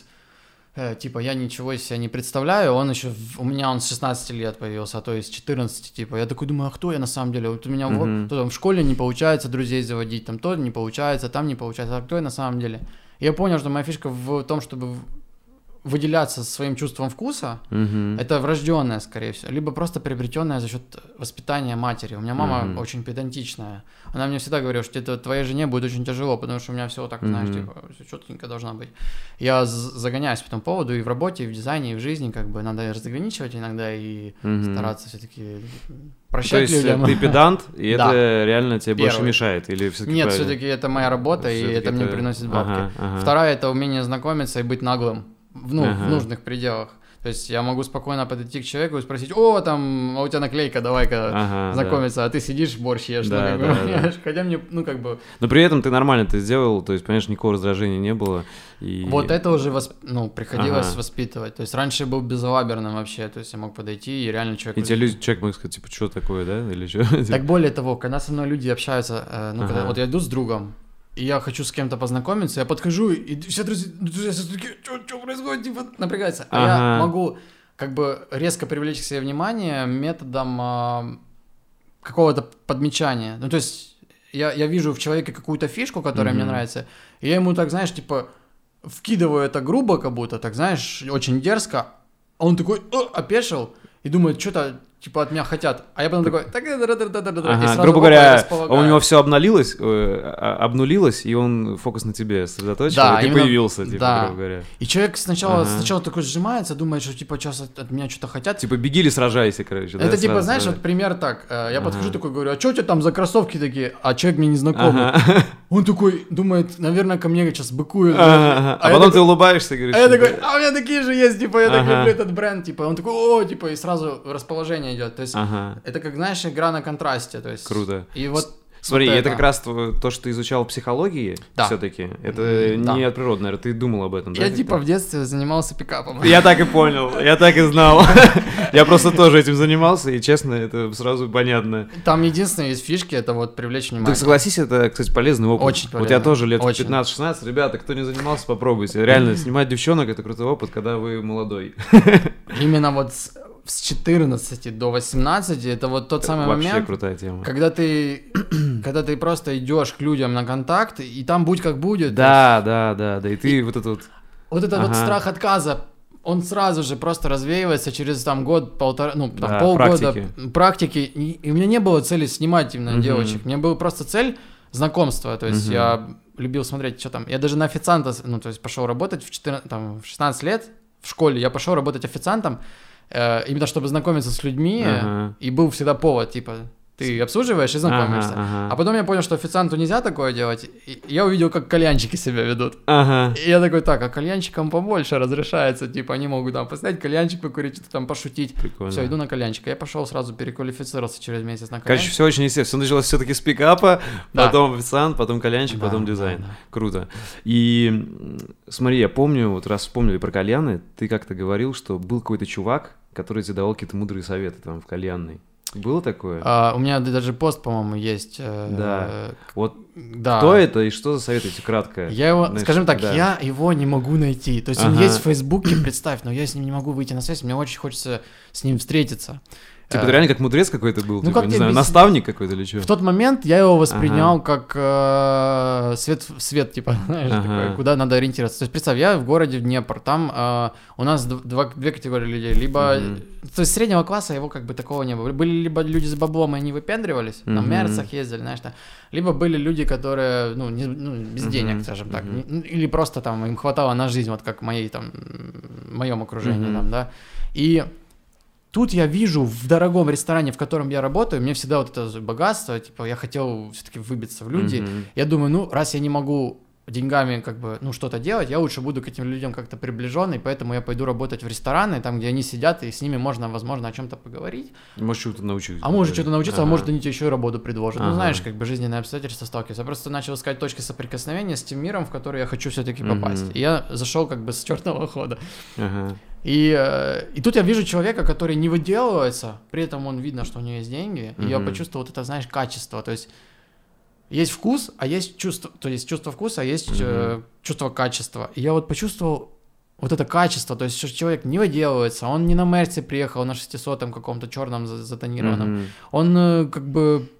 э, типа, я ничего из себя не представляю, он еще, в- у меня он с шестнадцати лет появился, а то есть с четырнадцати, типа, я такой думаю, а кто я на самом деле? Вот у меня вот, Мгм. то там в школе не получается друзей заводить, там то не получается, там не получается, а кто я на самом деле? И я понял, что моя фишка в том, чтобы в- выделяться своим чувством вкуса, Мгм. это врожденное, скорее всего, либо просто приобретенное за счет воспитания матери. У меня мама Мгм. очень педантичная. Она мне всегда говорила, что это твоей жене будет очень тяжело, потому что у меня все вот так, знаешь, Мгм. типа, всё четенько должна быть. Я з- загоняюсь по этому поводу и в работе, и в дизайне, и в жизни, как бы надо разграничивать иногда и Мгм. стараться все-таки То прощать есть людям. ты педант, и Да. это реально тебе больше Первый. мешает? Или все-таки Нет, все-таки это моя работа, и Всё-таки это мне это- приносит бабки. Ага, ага. Вторая — это умение знакомиться и быть наглым в, ну, Ага. в нужных пределах. То есть я могу спокойно подойти к человеку и спросить: о, там, а у тебя наклейка, давай-ка Ага, знакомиться, а ты сидишь, борщ ешь, ну, Да, как бы, да, да. понимаешь? Хотя мне, ну, как бы, Но при этом ты нормально это сделал, то есть, понимаешь, никакого раздражения не было. И... вот это уже, восп- ну, приходилось Ага. воспитывать. То есть раньше я был безалаберным вообще, то есть я мог подойти и реально человеку... И тебе люди, человек мог сказать, типа, что такое, да? Или что? Так более того, когда со мной люди общаются, э, ну, когда Ага. вот я иду с другом, и я хочу с кем-то познакомиться, я подхожу, и все друзья, друзья такие: что происходит, типа, напрягаются. А я Ага. могу как бы резко привлечь к себе внимание методом а, какого-то подмечания. Ну, то есть я, я вижу в человеке какую-то фишку, которая мне Мгм. нравится, и я ему так, знаешь, типа, вкидываю это грубо, как будто, так, знаешь, очень дерзко, а он такой: «О!» опешил, и думает, что-то типа от меня хотят. А я потом такой: так, да-да-да-да-да-да. И Ага, сразу грубо опа, говоря, располагаю. у него все обнулилось, э, а- обнулилось, и он фокус на тебе сосредоточил, Да, и ты именно- появился, типа, да. грубо говоря. И человек сначала, Ага. сначала такой сжимается, думает, что типа сейчас от, от меня что-то хотят. Типа, беги или сражайся, короче. да, Это типа, сразу, знаешь, да. вот пример так. э, Я Ага. подхожу такой, говорю: а что у тебя там за кроссовки такие? А человек мне не знакомый. Ага. Он такой думает, наверное, ко мне сейчас быкует. Ага, ага. А я потом ты такой- улыбаешься и говоришь, А я что такой: да. а у меня такие же есть, типа, я так Ага. люблю этот бренд, типа. Он такой: о, типа, и сразу расположение идет. То есть Ага, это как, знаешь, игра на контрасте. То есть. круто. И вот. Смотри, вот это как раз тво- то, что ты изучал в психологии, Да. все-таки. Это М, да. не от природы, наверное, ты думал об этом, да? Я как-то? типа в детстве занимался пикапом. Я так и понял, я так и знал. Я просто тоже этим занимался, и честно, это сразу понятно. Там единственное есть фишки, это вот привлечь внимание. Так согласись, это, кстати, полезный опыт. Очень Вот я полезный, тоже лет очень. пятнадцать-шестнадцать, ребята, кто не занимался, попробуйте. Реально, снимать девчонок — это крутой опыт, когда вы молодой. Именно вот с, с четырнадцати до восемнадцати это вот тот самый Вообще момент, крутая тема. когда ты, когда ты просто идешь к людям на контакт, и там будь как будет. Да, да, да, да, и ты вот это вот... Вот этот вот Ага. страх отказа, он сразу же просто развеивается через там год, полтора, ну, там, Да, полгода практики. практики. И, и у меня не было цели снимать именно Мгм. девочек. Мне была просто цель знакомства. То есть Мгм. я любил смотреть, что там. Я даже на официанта, ну, то есть пошел работать в, четырнадцать, там, в шестнадцать лет в школе. Я пошел работать официантом, э, именно чтобы знакомиться с людьми. Ага. И был всегда повод, типа, ты обслуживаешь и знакомишься. Ага, ага. А потом я понял, что официанту нельзя такое делать. И я увидел, как кальянчики себя ведут. Ага. И я такой: так, а кальянчикам побольше разрешается, типа, они могут там поставить кальянчик, покурить, что-то там пошутить. Прикольно. Все, иду на кальянчик. Я пошел сразу переквалифицировался через месяц на Короче, кальянчик. все очень естественно. Все началось все-таки с пикапа, Да. потом официант, потом кальянчик, Да, потом да, дизайн. да. Круто. И м, смотри, я помню, вот раз вспомнили про кальяны, ты как-то говорил, что был какой-то чувак, который тебе давал какие-то мудрые советы там в кальянной. Было такое? А, у меня даже пост, по-моему, есть. э, Да. э, Вот да. кто это и что за советы, если кратко? Я его, Знаешь, скажем так, да. я его не могу найти. То есть он Ага. есть в Фейсбуке, представь, но я с ним не могу выйти на связь, мне очень хочется с ним встретиться. Типа Э, ты реально как мудрец какой-то был? ну, типа, как не тебе знаю, объяснить? наставник какой-то или что? В тот момент я его воспринял как э, свет, в свет, типа, знаешь, Ага. такой, куда надо ориентироваться. То есть, представь, я в городе Днепр, там э, у нас д- два, две категории людей. Либо, Мгм. то есть среднего класса его как бы такого не было. Были либо люди с баблом, и они выпендривались, на Мгм. мерцах ездили, знаешь, там. Либо были люди, которые, ну, не- ну, без Мгм. денег, скажем так. Мгм. Не- Или просто там им хватало на жизнь, вот как в моей там, в моем окружении Мгм. там, да. И тут я вижу в дорогом ресторане, в котором я работаю, мне всегда вот это богатство, типа, я хотел все-таки выбиться в люди. Мгм. Я думаю, ну, раз я не могу деньгами как бы, ну, что-то делать, я лучше буду к этим людям как-то приближенный, поэтому я пойду работать в рестораны, там, где они сидят, и с ними можно, возможно, о чем-то поговорить. Может, чего-то научиться. А может, что-то научиться, а Ага. может, они тебе еще и работу предложат. Ну, Ага. знаешь, как бы жизненные обстоятельства сталкиваются. Я просто начал искать точки соприкосновения с тем миром, в который я хочу все-таки попасть. Мгм. И я зашел как бы с черного хода. Ага. И, э, и тут я вижу человека, который не выделывается, при этом он видно, что у него есть деньги, и я Мгм. почувствовал вот это, знаешь, качество, то есть есть вкус, а есть чувство, то есть чувство вкуса, а есть э, чувство качества. И я вот почувствовал вот это качество, то есть что человек не выделывается, он не на Мерсе приехал, на шестисотом каком-то черном затонированном, Мгм. он э, как бы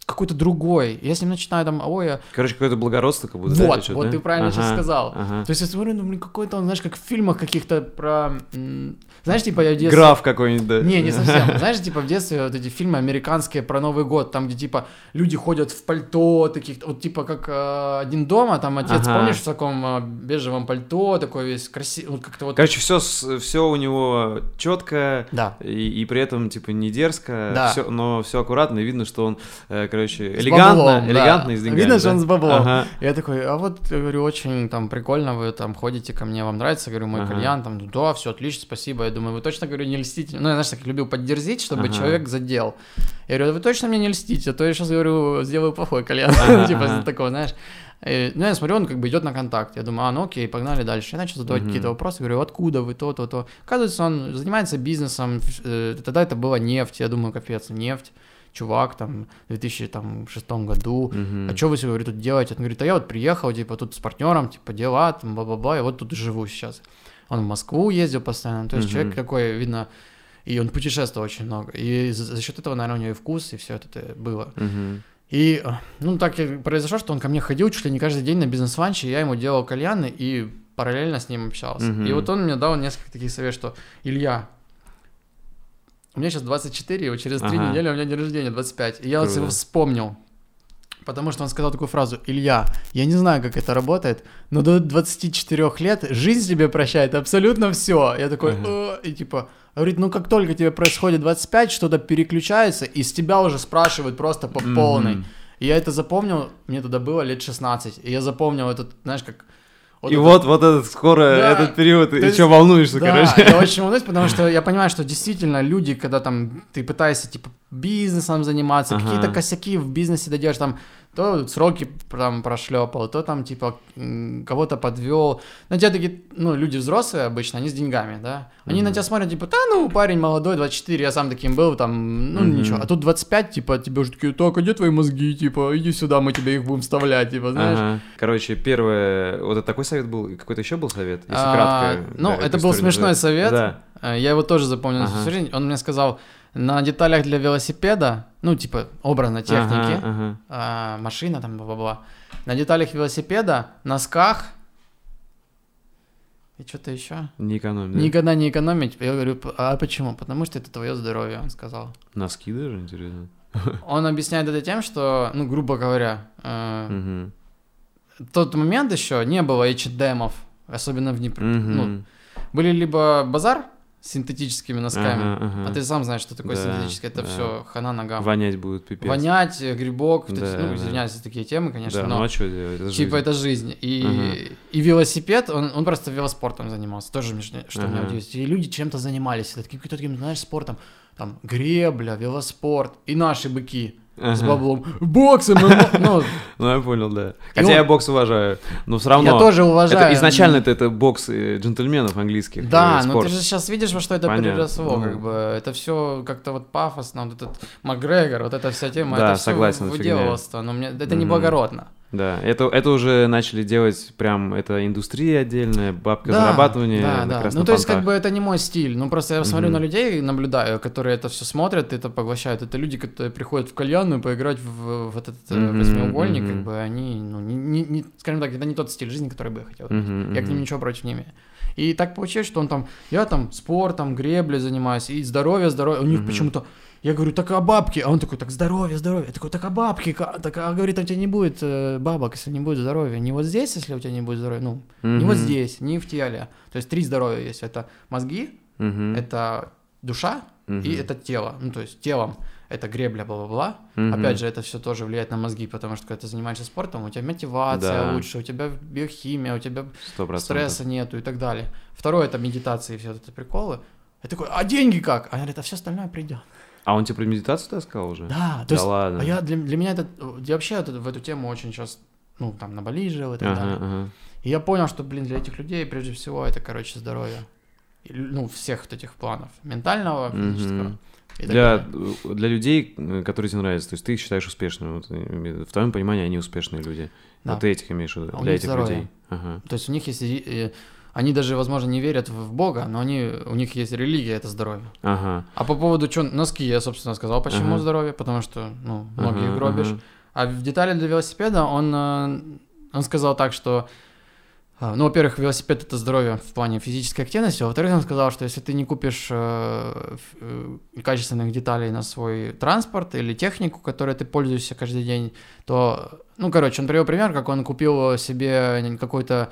какой-то другой. Я с ним начинаю там, ой, я... Короче, какое-то благородство как будто. Вот, да, вот да? ты правильно ага, сейчас сказал. Ага. То есть я смотрю, ну, блин, какой-то он, знаешь, как в фильмах каких-то про... Знаешь, типа я в детстве... Граф какой-нибудь, да. Не, не совсем. Знаешь, типа в детстве вот эти фильмы американские про Новый год, там, где типа люди ходят в пальто, таких, вот типа как э, «Один дома», там отец, ага. помнишь, в таком э, бежевом пальто, такой весь красивый, вот как-то вот... Короче, все, все у него четко, да. и, и при этом типа не дерзко, да. всё, но все аккуратно, и видно, что он, э, короче, элегантно, баблом, элегантно да. и с деньгами. Видно, да? что он с баблом. Ага. Я такой, а вот, я говорю, очень там прикольно, вы там ходите ко мне, вам нравится, говорю, мой ага. кальян, там, да, все отлично, спасибо. Я думаю, вы точно, говорю, не льстите. Ну, я, знаешь, так любил поддерзить, чтобы ага. человек задел. Я говорю, вы точно мне не льстите, а то я сейчас, говорю, сделаю плохой кальян. Ага, типа ага. такого, знаешь. И, ну, я смотрю, он как бы идет на контакт. Я думаю, а, ну окей, погнали дальше. Я начал задавать uh-huh. какие-то вопросы, говорю, откуда вы, то, то, то. Оказывается, он занимается бизнесом. Тогда это была нефть. Я думаю, капец, нефть. Чувак там в две тысячи шестом году, uh-huh. а что вы, говорю, тут делаете? Он говорит, а я вот приехал, типа, тут с партнером, типа, дела, там, бла-бла-бла, и вот тут живу сейчас. Он в Москву ездил постоянно, то есть uh-huh. человек какой, видно, и он путешествовал очень много, и за, за счет этого, наверное, у него и вкус, и все это было. Uh-huh. И, ну, так и произошло, что он ко мне ходил чуть ли не каждый день на бизнес-ланче, я ему делал кальяны и параллельно с ним общался. Uh-huh. И вот он мне дал несколько таких советов, что, Илья, у меня сейчас двадцать четыре, и вот через три ага. недели у меня день рождения, двадцать пять. И я вот его вспомнил, потому что он сказал такую фразу: Илья, я не знаю, как это работает, но до двадцати четырёх лет жизнь тебе прощает абсолютно все. Я такой, ага. и типа, говорит, ну как только тебе происходит двадцать пять, что-то переключается, и с тебя уже спрашивают просто по полной. Mm-hmm. И я это запомнил, мне тогда было лет шестнадцать, и я запомнил этот, знаешь, как... Вот и это... вот, вот этот скоро, да, этот период, и есть, что волнуешься, да, короче. Я очень волнуюсь, потому что я понимаю, что действительно люди, когда там ты пытаешься, типа, бизнесом заниматься, ага. какие-то косяки в бизнесе доделаешь, там, то сроки там прошлепал, то там, типа, кого-то подвел. На тебя такие, ну, люди взрослые обычно, они с деньгами, да, они mm-hmm. на тебя смотрят, типа, да, ну, парень молодой, двадцать четыре, я сам таким был, там, ну, mm-hmm. ничего, а тут двадцать пять, типа, тебе уже такие, так, а где твои мозги, типа, иди сюда, мы тебе их будем вставлять, типа, знаешь. Ага. Короче, первое, вот это такой совет был, какой-то еще был совет, если а, кратко. Ну, это был смешной совет, да. Я его тоже запомнил, ага. он мне сказал, на деталях для велосипеда, ну, типа, образно техники, ага, ага. А, машина там, бла-бла-бла, на деталях велосипеда, носках и что-то еще. Не экономить, да? Никогда не экономить. Я говорю, а почему? Потому что это твое здоровье, он сказал. Носки даже, интересно. Он объясняет это тем, что, ну, грубо говоря, э, угу. в тот момент еще не было эйч энд эмов, особенно в Днепре. Угу. Ну, были либо базар с синтетическими носками, ага, ага. а ты сам знаешь, что такое да, синтетическое, это да. все хана ногам. Вонять будет пипец. Вонять, грибок, да, эти, ну, да. извиняюсь за такие темы, конечно, да, но... ну а что делать? Это типа жизнь. это жизнь. И, ага. и велосипед, он, он просто велоспортом занимался, тоже, что ага. меня удивилось. И люди чем-то занимались, каким-то таким, знаешь, спортом, там, гребля, велоспорт, и наши быки. Ага. С баблом. Боксом! Ну, ну, я понял, да. Хотя он... я бокс уважаю, но все равно... Я тоже уважаю. Это, изначально это, это бокс джентльменов английских. Да, но ты же сейчас видишь, во что это Понятно. переросло, ну... как бы. Это все как-то вот пафосно, вот этот Макгрегор, вот эта вся тема, да, это согласен, все выделывалось-то, но мне... это mm-hmm. неблагородно. Да, это, это уже начали делать прям, это индустрия отдельная, бабка да, зарабатывание да, на да. красном Ну, то есть, понтах. как бы, это не мой стиль, ну, просто я смотрю mm-hmm. на людей, наблюдаю, которые это все смотрят, это поглощают, это люди, которые приходят в кальянную поиграть в, в вот этот mm-hmm. восьмиугольник, mm-hmm. как бы, они, ну, не, не, не, скажем так, это не тот стиль жизни, который бы я хотел, mm-hmm. я к ним ничего против не имею. И так получилось, что он там, я там спортом, греблей занимаюсь, и здоровье, здоровье, у них mm-hmm. почему-то... Я говорю, так а бабки? А он такой, так здоровье, здоровье. Я такой, так а бабки? Так, а говорит, а у тебя не будет э, бабок, если не будет здоровья. Не вот здесь, если у тебя не будет здоровья. Ну, mm-hmm. не вот здесь, не в теле. То есть три здоровья есть. Это мозги, mm-hmm. это душа mm-hmm. и это тело. Ну, то есть телом это гребля, бла-бла-бла. Mm-hmm. Опять же, это все тоже влияет на мозги, потому что когда ты занимаешься спортом, у тебя мотивация да. лучше, у тебя биохимия, у тебя сто процентов стресса нету и так далее. Второе, это медитация и все это приколы. Я такой, а деньги как? А говорит, а все остальное придет. А он тебе про медитацию сказал уже? Да, то да есть, ладно. А я, для, для меня это, я вообще это, в эту тему очень сейчас, ну, там, на Бали жил и так ага, далее. Ага. И я понял, что, блин, для этих людей, прежде всего, это, короче, здоровье. И, ну, всех вот этих планов. Ментального, физического. Mm-hmm. Для, для людей, которые тебе нравятся, то есть ты их считаешь успешными. Вот, в твоем понимании они успешные люди. Да. Вот ты этих имеешь в виду, а для этих здоровье. людей. Ага. То есть у них есть... они даже, возможно, не верят в Бога, но они, у них есть религия, это здоровье. Ага. А по поводу чё, носки, я, собственно, сказал, почему Ага. здоровье, потому что, ну, многих Ага, гробишь. ага. А в детали для велосипеда он, э, он сказал так, что, э, ну, во-первых, велосипед — это здоровье в плане физической активности, а во-вторых, он сказал, что если ты не купишь э, ф- э, качественных деталей на свой транспорт или технику, которой ты пользуешься каждый день, то, ну, короче, он привел пример, как он купил себе какой-то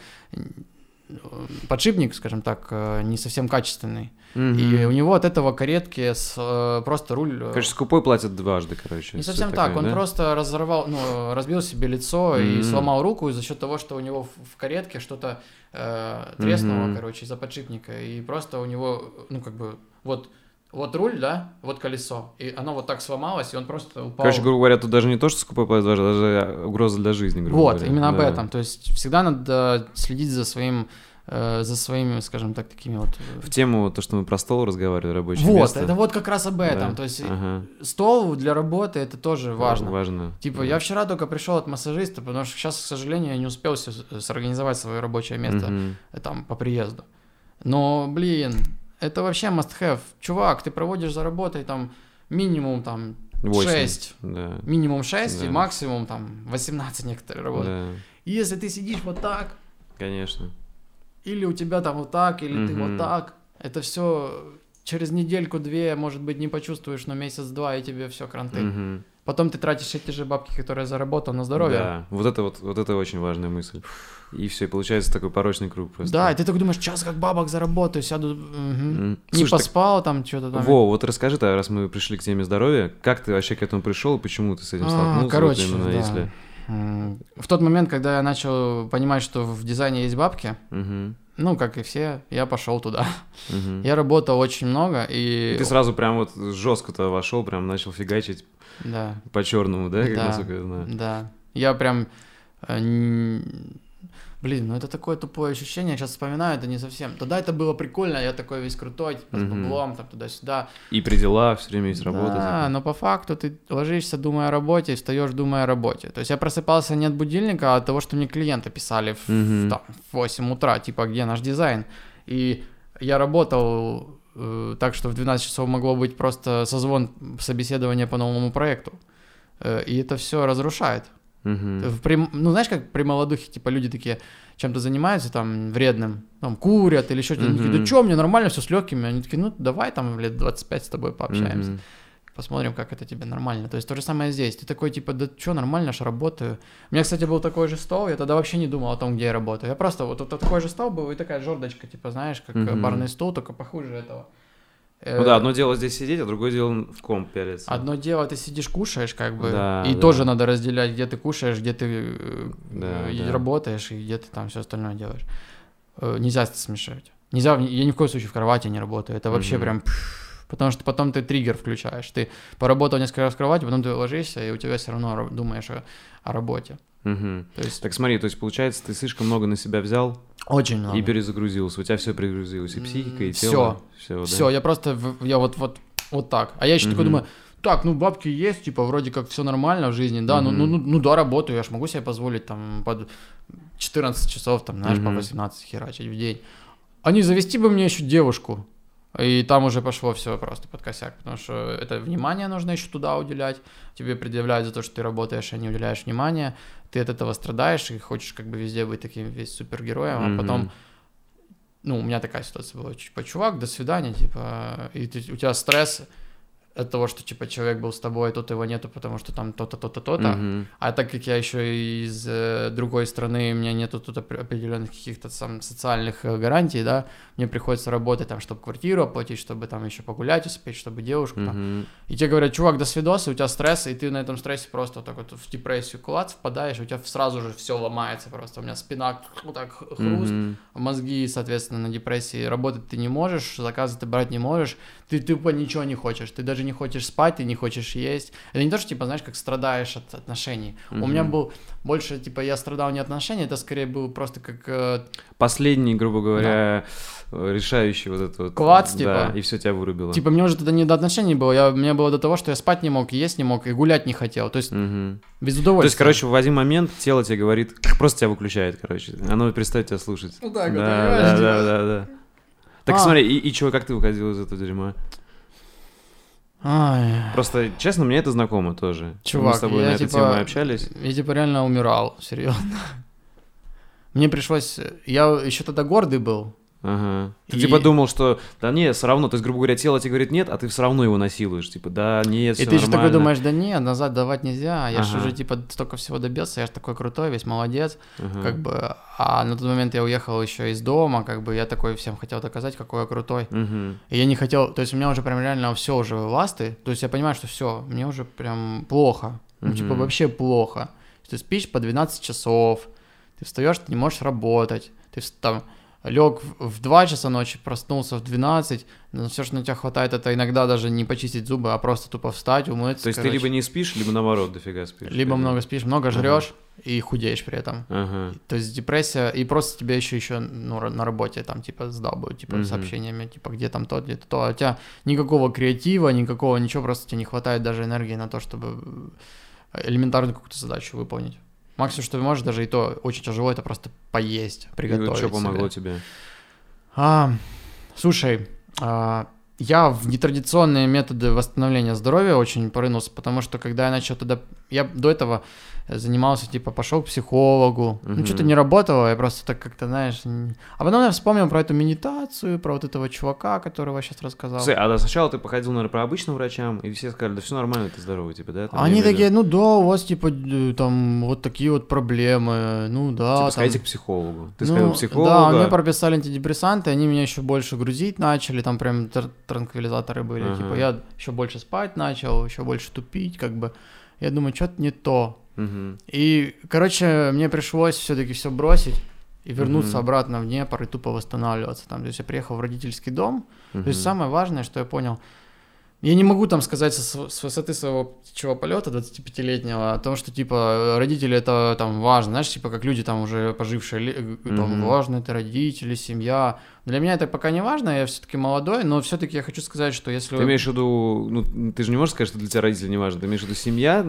подшипник, скажем так, э, не совсем качественный. Мгм. И у него от этого каретки с, э, просто руль... э, Короче, скупой платят дважды, короче. не всё совсем такое, так, он да? просто разорвал, ну, разбил себе лицо и Мгм. сломал руку из-за счет того, что у него в, в каретке что-то э, треснуло, Мгм. короче, из-за подшипника. И просто у него, ну, как бы, вот, вот руль, да, вот колесо, и оно вот так сломалось, и он просто упал. Короче, грубо говоря, тут даже не то, что скупой платят дважды, даже угроза для жизни, грубо Вот, говоря. именно об Да. этом. То есть всегда надо следить за своим, э, за своими, скажем так, такими вот... э, В тему то, что мы про стол разговаривали, рабочее Вот, место. это вот как раз об этом. Да. То есть Ага. стол для работы — это тоже важно. Важно. Типа, Да. я вчера только пришел от массажиста, потому что сейчас, к сожалению, я не успел с- сорганизовать свое рабочее место Мгм. э, там по приезду. Но, блин, это вообще must have. Чувак, ты проводишь за работой там минимум там Восемь. шесть, Да. минимум шесть и Да. максимум там восемнадцать некоторые работают. Да, И если ты сидишь вот так, конечно. или у тебя там вот так, или ты Мгм. вот так, это все через недельку-две, может быть, не почувствуешь, но месяц-два, и тебе все кранты. Мгм. Потом ты тратишь эти же бабки, которые заработал на здоровье. Да, вот это вот, вот это очень важная мысль. И все, и получается такой порочный круг просто. Да, и ты такой думаешь, час как бабок заработаю, сяду, мгм. М. не Слушай, так- поспал там, что-то там. Во, вот расскажи, тогда, раз мы пришли к теме здоровья, как ты вообще к этому пришел и почему ты с этим А, столкнулся? короче, вот именно, да. если... М, В тот момент, когда я начал понимать, что в дизайне есть бабки, Мгм, ну, как и все, я пошел туда. мгм. Я работал очень много, и... И ты сразу прям вот жестко-то вошел, прям начал фигачить Да, по-черному, да, как Да. насколько я знаю? да. Я прям... э, н- Блин, ну это такое тупое ощущение, сейчас вспоминаю, это не совсем. Тогда это было прикольно, я такой весь крутой, типа, с Мгм. баблом, там, туда-сюда. И при делах все время есть работа. Да, типа. но по факту ты ложишься, думая о работе, и встаешь, думая о работе. То есть я просыпался не от будильника, а от того, что мне клиенты писали в, Мгм. там, в восемь утра, типа, где наш дизайн. И я работал э, так, что в двенадцать часов могло быть просто созвон, собеседование по новому проекту. Э, и это все разрушает. Мгм. В при- Ну, знаешь, как при молодых, типа, люди такие чем-то занимаются, там, вредным, там, курят или еще что-то. Они такие, да Мгм. что, мне нормально, все с легкими. Они такие, ну, давай там лет двадцать пять с тобой пообщаемся. Мгм. Посмотрим, как это тебе нормально. То есть то же самое здесь. Ты такой, типа, да что, нормально, аж работаю. У меня, кстати, был такой же стол, я тогда вообще не думал о том, где я работаю. Я просто, вот, вот такой же стол был и такая жердочка, типа, знаешь, как э, Мгм. барный стул, только похуже этого. Ну Э, да, одно дело здесь сидеть, а другое дело в комп пялиться. Одно дело, ты сидишь, кушаешь, как бы, Да, и да. тоже надо разделять, где ты кушаешь, где ты э, Да, и да. работаешь, и где ты там все остальное делаешь. Э, Нельзя это смешивать. Нельзя, в- я ни в коем случае в кровати не работаю. Это вообще Мгм. прям... пф, Потому что потом ты триггер включаешь. Ты поработал несколько раз в кровати, потом ты ложишься, и у тебя все равно ра- думаешь о, о работе. Мгм. То есть Так смотри, то есть получается, ты слишком много на себя взял очень много. и перезагрузился. У тебя все перегрузилось, и психика, и М, тело. Все. Все, я просто, в- я вот, вот, вот так. А я еще такой Мгм. думаю, так, ну бабки есть, типа вроде как все нормально в жизни, да, ну, ну, Мгм. ну, ну да, работаю, я ж могу себе позволить там под четырнадцать часов, там, знаешь, по Мгм. восемнадцать херачить в день. А не завести бы мне еще девушку. И там уже пошло все просто под косяк, потому что это внимание нужно еще туда уделять. Тебе предъявляют за то, что ты работаешь, а не уделяешь внимания. Ты от этого страдаешь и хочешь как бы везде быть таким весь супергероем, а Мгм. потом, ну, у меня такая ситуация была, типа, чувак, до свидания, типа, и ты- у тебя стресс от того, что, типа, человек был с тобой, а тут его нету, потому что там то-то, то-то, то-то. Мгм. А так как я еще из э, другой страны, у меня нету тут опре- определенных каких-то там социальных э, гарантий, да, мне приходится работать там, чтобы квартиру оплатить, чтобы там еще погулять успеть, чтобы девушку там. Мгм. И тебе говорят, чувак, до свидоса, у тебя стресс, и ты на этом стрессе просто вот так вот в депрессию клац впадаешь, и у тебя сразу же все ломается просто. У меня спина вот так х- хруст, Мгм. мозги, соответственно, на депрессии, работать ты не можешь, заказы ты брать не можешь, ты тупо ничего не хочешь, ты даже не хочешь спать, ты не хочешь есть. Это не то, что, типа, знаешь, как страдаешь от отношений. Mm-hmm. У меня был больше, типа, я страдал не от отношений, это скорее был просто как... Э... Последний, грубо говоря, да. решающий вот этот вот... Клац, да, типа. И все тебя вырубило. Типа, мне уже тогда не до отношений было, я, мне было до того, что я спать не мог, есть не мог, и гулять не хотел. То есть, mm-hmm. без удовольствия. То есть, короче, в один момент тело тебе говорит, просто тебя выключает, короче. Оно перестает тебя слушать. Ну так, да, вот, да, да, да, да, да. Так а. смотри, и, и чего, как ты выходил из этого дерьма? Ай. Просто, честно, мне это знакомо тоже. Чувак, мы с тобой я, на эту типа, тему общались. Я типа реально умирал, серьезно. Мне пришлось... Я еще тогда гордый был. Ага. Ты и... типа думал, что да нет, все равно, то есть, грубо говоря, тело тебе говорит нет, а ты все равно его насилуешь, типа, да нет, все И ты нормально. же такой думаешь, да нет, назад давать нельзя, я ага. же уже типа столько всего добился, я же такой крутой, весь молодец, ага. как бы, а на тот момент я уехал еще из дома, как бы, я такой всем хотел доказать, какой я крутой, угу. и я не хотел, то есть у меня уже прям реально все уже ласты, то есть я понимаю, что все, мне уже прям плохо, ну, угу. типа, вообще плохо, ты спишь по двенадцать часов, ты встаешь, ты не можешь работать, ты там... Лег в два часа ночи, проснулся в двенадцать, но все, что на тебя хватает, это иногда даже не почистить зубы, а просто тупо встать, умыться. То есть короче. ты либо не спишь, либо наоборот дофига спишь. Либо или... много спишь, много ага. жрешь и худеешь при этом. Ага. То есть депрессия, и просто тебя еще еще ну, на работе там типа сдалбывают, типа угу. сообщениями, типа где там то, где-то то, а у тебя никакого креатива, никакого ничего, просто тебе не хватает даже энергии на то, чтобы элементарную какую-то задачу выполнить. Максимум, что ты можешь, даже и то очень тяжело, это просто поесть, приготовить. И что помогло себе. тебе? А, слушай, а, я в нетрадиционные методы восстановления здоровья очень порынулся, потому что когда я начал тогда... Я до этого занимался, типа, пошел к психологу, uh-huh. ну, что-то не работало, я просто так как-то, знаешь... Не... А потом я вспомнил про эту медитацию, про вот этого чувака, которого я сейчас рассказал. Слушай, а сначала ты походил, наверное, по обычным врачам, и все сказали, да все нормально, ты здоровый, типа, да? Там, Они такие, ну да, у вас, типа, там, вот такие вот проблемы, ну да. Типа, там... сходите к психологу. Ты ну, сходил к психологу. Да, мне прописали антидепрессанты, они меня еще больше грузить начали, там прям тр- транквилизаторы были, uh-huh. типа, я еще больше спать начал, еще больше тупить, как бы. Я думаю, что-то не то. Uh-huh. И, короче, мне пришлось все-таки все бросить и вернуться uh-huh. обратно в Днепр и тупо восстанавливаться там. То есть я приехал в родительский дом. Uh-huh. То есть самое важное, что я понял, я не могу там сказать со, с высоты своего птичьего полета двадцатипятилетнего о том, что, типа, родители это там важно, знаешь, типа, как люди там уже пожившие, там, mm-hmm. важно это родители, семья. Для меня это пока не важно, я все-таки молодой, но все-таки я хочу сказать, что если... Ты имеешь в виду, ну, ты же не можешь сказать, что для тебя родители не важны, ты имеешь в виду семья,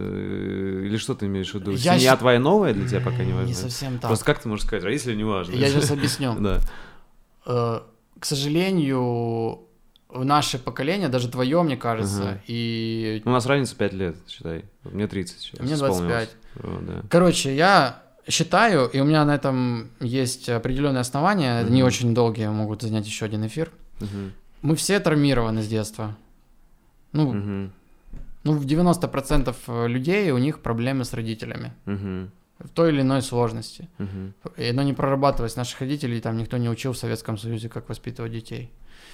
или что ты имеешь в виду? Я семья щ... твоя новая для тебя пока не важна? Не совсем так. Просто как ты можешь сказать, родители не важны? Я сейчас объясню. Да. К сожалению... В наше поколение, даже твое, мне кажется, uh-huh. и... У нас разница пять лет, считай. Мне тридцать сейчас. Мне двадцать пять. О, да. Короче, я считаю, и у меня на этом есть определенные основания, uh-huh. не очень долгие, могут занять еще один эфир. Uh-huh. Мы все травмированы с детства. Ну, uh-huh. ну, в девяносто процентов людей у них проблемы с родителями. Uh-huh. В той или иной сложности. Uh-huh. И оно не прорабатывалось. Наших родителей там никто не учил в Советском Союзе, как воспитывать детей.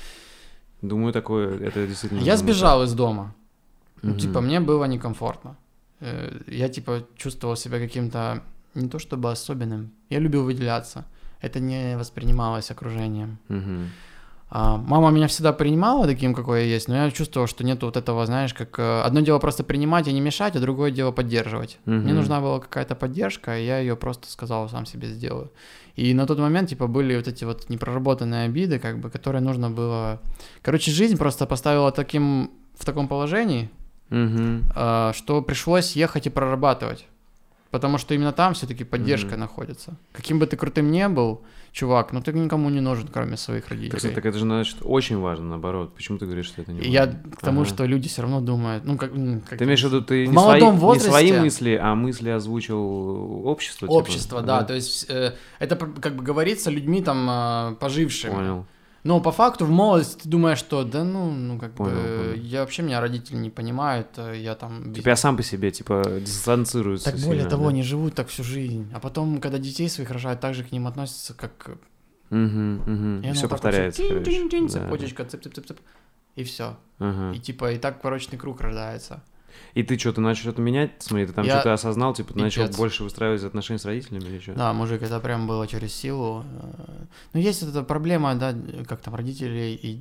Думаю, такое, это действительно... Я сбежал так. из дома. Uh-huh. Типа, мне было некомфортно. Я, типа, чувствовал себя каким-то, не то чтобы особенным. Я любил выделяться. Это не воспринималось окружением. Uh-huh. А, мама меня всегда принимала таким, какой я есть, но я чувствовал, что нет вот этого, знаешь, как... Одно дело просто принимать и не мешать, а другое дело поддерживать. Uh-huh. Мне нужна была какая-то поддержка, и я ее просто сказал, сам себе сделаю. И на тот момент, типа, были вот эти вот непроработанные обиды, как бы, которые нужно было... Короче, жизнь просто поставила таким, в таком положении, uh-huh. что пришлось ехать и прорабатывать. Потому что именно там все-таки поддержка uh-huh. находится. Каким бы ты крутым ни был, чувак, но ты никому не нужен, кроме своих родителей. Так, так это же, значит, очень важно, наоборот. Почему ты говоришь, что это не важно? Я к тому, ага. что люди все равно думают, ну, как... как ты имеешь в виду, ты в не, молодом свои, возрасте... не свои мысли, а мысли озвучил общество? Общество, типа? да, ага. то есть э, это, как бы, говорится людьми там э, пожившими. Понял. Но по факту в молодости ты думаешь, что да ну, ну как понял, бы, понял. я вообще, меня родители не понимают, я там... Типа я сам по себе, типа, дистанцируюсь. Так более того, да? Они живут так всю жизнь, а потом, когда детей своих рожают, так же к ним относятся, как... Угу, угу. И, и все повторяется, вот тинь, тинь, тинь, да, цепочечка, цеп-цеп-цеп, и все. Ага. И типа, и так порочный круг рождается. И ты что, ты начал что-то менять? Смотри, ты там я... что-то осознал, типа, ты Пипец. начал больше выстраивать отношения с родителями или что? Да, мужик, это прям было через силу. Ну, есть вот эта проблема, да, как там, родителей и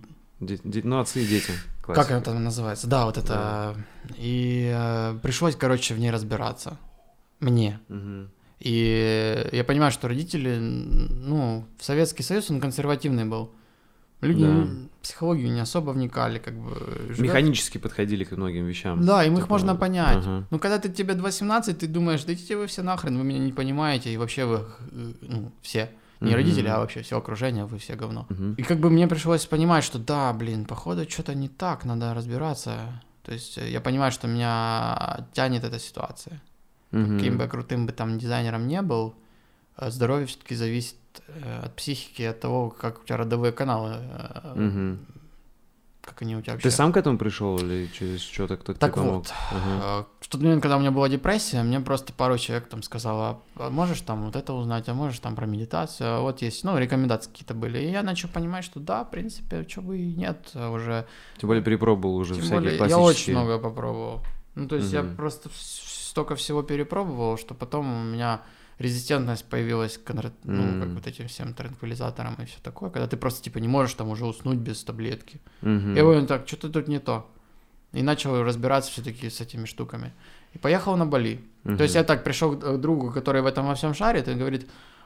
Де- де- ну, отцы и дети. Классика. Как это называется? Да, вот это. Да. И э, пришлось, короче, в ней разбираться. Мне. Угу. И я понимаю, что родители, ну, в Советский Союз, он консервативный был. Люди да. в психологию не особо вникали, как бы. Живет... Механически подходили к многим вещам. Да, им типа... их можно понять. Ага. Но когда ты тебе восемнадцать, ты думаешь, да идите вы все нахрен, вы меня не понимаете, и вообще вы, ну, все. Не uh-huh. родители, а вообще все окружение, вы все говно. Uh-huh. И как бы мне пришлось понимать, что да, блин, походу что-то не так, надо разбираться. То есть я понимаю, что меня тянет эта ситуация. Uh-huh. Каким бы крутым бы там дизайнером не был, здоровье все-таки зависит от психики, от того, как у тебя родовые каналы, uh-huh. как они у тебя вообще... Ты сам к этому пришел или через что-то кто-то так тебе помог? Вот, uh-huh. в тот момент, когда у меня была депрессия, мне просто пару человек там сказала, а можешь там вот это узнать, а можешь там про медитацию, вот есть, ну, рекомендации какие-то были. И я начал понимать, что да, в принципе, чего бы и нет уже. Тем более перепробовал уже Тем всякие более, классические. Я очень много попробовал. Ну, то есть uh-huh. я просто столько всего перепробовал, что потом у меня... резистентность появилась к, ну, mm. как вот этим всем транквилизаторам и все такое, когда ты просто, типа, не можешь там уже уснуть без таблетки. Mm-hmm. Я говорю, так, что-то тут не то. И начал разбираться все-таки с этими штуками. И поехал на Бали. Mm-hmm. То есть я так пришел к другу, который в этом во всем шарит, и говорит,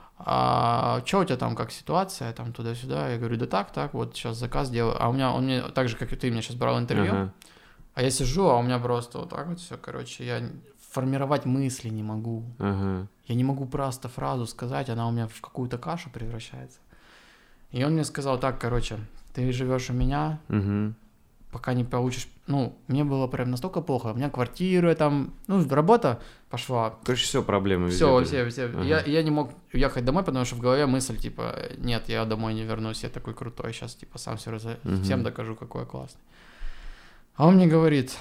а что у тебя там, как ситуация, там, туда-сюда? Я говорю, да так, так, вот сейчас заказ делаю. А у меня, он мне, так же, как и ты, мне сейчас брал интервью, uh-huh. а я сижу, а у меня просто вот так вот все, короче, я... формировать мысли не могу. Uh-huh. Я не могу просто фразу сказать, она у меня в какую-то кашу превращается. И он мне сказал, так, короче, ты живешь у меня, uh-huh. пока не получишь... Ну, мне было прям настолько плохо. У меня квартира там... Ну, работа пошла. Короче, все проблемы везде. Все, все, все. Uh-huh. Я, я не мог уехать домой, потому что в голове мысль, типа, нет, я домой не вернусь, я такой крутой, сейчас, типа, сам все раз... uh-huh. всем докажу, какой я классный. А он мне говорит...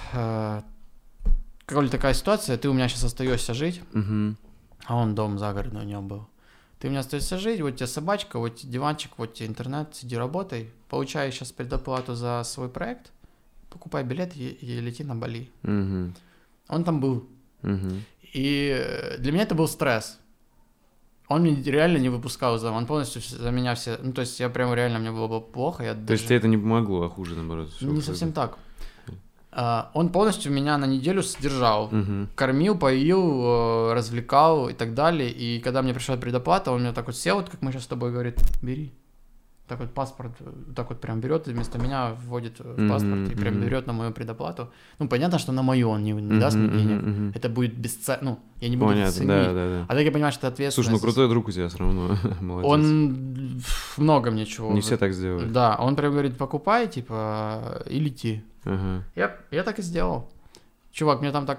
Коли такая ситуация, ты у меня сейчас остаешься жить, uh-huh. а он дом загородный у него был. Ты у меня остаешься жить, вот тебе собачка, вот тебе диванчик, вот тебе интернет, сиди работай, получай сейчас предоплату за свой проект, покупай билет и, и лети на Бали. Uh-huh. Он там был. Uh-huh. И для меня это был стресс. Он меня реально не выпускал за... Он полностью за меня все... Ну, то есть я прям реально, мне было бы плохо. Я то даже... есть тебе это не помогло, а хуже, наоборот? Не совсем так. Uh, он полностью меня на неделю содержал, uh-huh. кормил, поил, развлекал и так далее. И когда мне пришла предоплата, он мне так вот сел, вот как мы сейчас с тобой говорит, бери. Так вот паспорт, так вот прям берет и вместо меня вводит в uh-huh, паспорт и прям uh-huh. берет на мою предоплату. Ну, понятно, что на мою он не, не uh-huh, даст мне денег. Uh-huh. Это будет бесценно. Ну, я не буду понятно, ценить. Да, да, да. А так я понимаю, что это ответственность. Слушай, ну крутой друг у тебя все равно. Молодец. Он много мне чего. Не все так сделают. Да, он прям говорит, покупай, типа, и лети. Uh-huh. Я, я так и сделал. Чувак, мне там так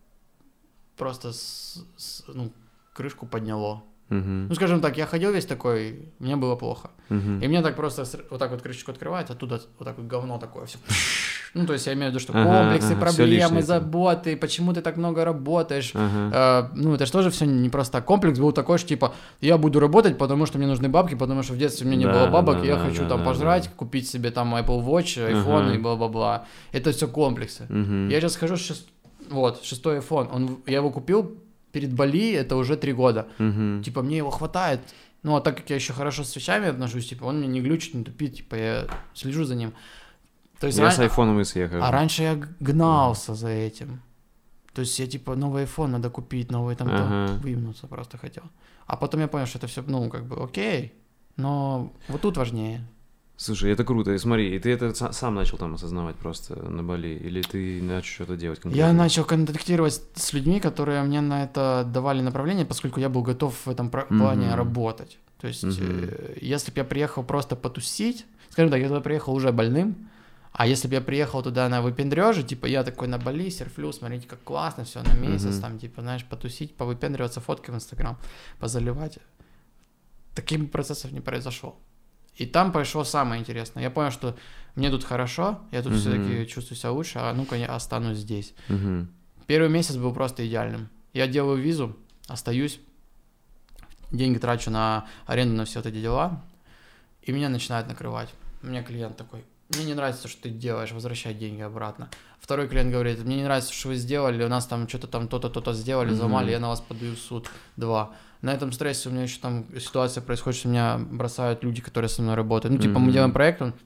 просто с, с, ну, крышку подняло. Uh-huh. Ну, скажем так, я ходил весь такой, мне было плохо. Uh-huh. И мне так просто вот так вот крышечку открывает, оттуда вот так вот говно такое все. Ну, то есть я имею в виду, что ага, комплексы, ага, проблемы, заботы, почему ты так много работаешь. Ага. Э, ну, это же тоже все не просто. Комплекс был такой, что типа, я буду работать, потому что мне нужны бабки, потому что в детстве у меня не да, было бабок, да, и я да, хочу да, там да, пожрать, да. купить себе там Apple Watch, iPhone ага. и бла-бла-бла. Это все комплексы. Угу. Я сейчас хожу, шест... вот, шестой iPhone, он, я его купил перед Бали, это уже три года. Угу. Типа, мне его хватает. Ну, а так как я еще хорошо с вещами отношусь, типа, он мне не глючит, не тупит, типа, я слежу за ним. То есть я ран... с айфоном и съехал. А раньше я гнался за этим. То есть я, типа, новый iPhone надо купить, новый там, ага. там, выебнуться просто хотел. А потом я понял, что это все, ну, как бы, окей, но вот тут важнее. Слушай, это круто. И смотри, и ты это сам начал там осознавать просто на Бали? Или ты начал что-то делать конкретно? Я начал контактировать с людьми, которые мне на это давали направление, поскольку я был готов в этом плане mm-hmm. работать. То есть, mm-hmm. если бы я приехал просто потусить, скажем так, я туда приехал уже больным, а если бы я приехал туда на выпендрёже, типа я такой на Бали, серфлю, смотрите, как классно, все на месяц, mm-hmm. там, типа, знаешь, потусить, повыпендриваться, фотки в Инстаграм, позаливать. Таких процессов не произошло. И там прошло самое интересное. Я понял, что мне тут хорошо, я тут mm-hmm. все-таки чувствую себя лучше, а ну-ка я останусь здесь. Mm-hmm. Первый месяц был просто идеальным. Я делаю визу, остаюсь, деньги трачу на аренду, на все эти дела, и меня начинает накрывать. У меня клиент такой: мне не нравится, что ты делаешь, возвращай деньги обратно. Второй клиент говорит: мне не нравится, что вы сделали, у нас там что-то там то-то, то-то сделали, mm-hmm. заломали, я на вас подаю в суд. Два. На этом стрессе у меня еще там ситуация происходит, что меня бросают люди, которые со мной работают. Ну, типа, mm-hmm. мы делаем проект, он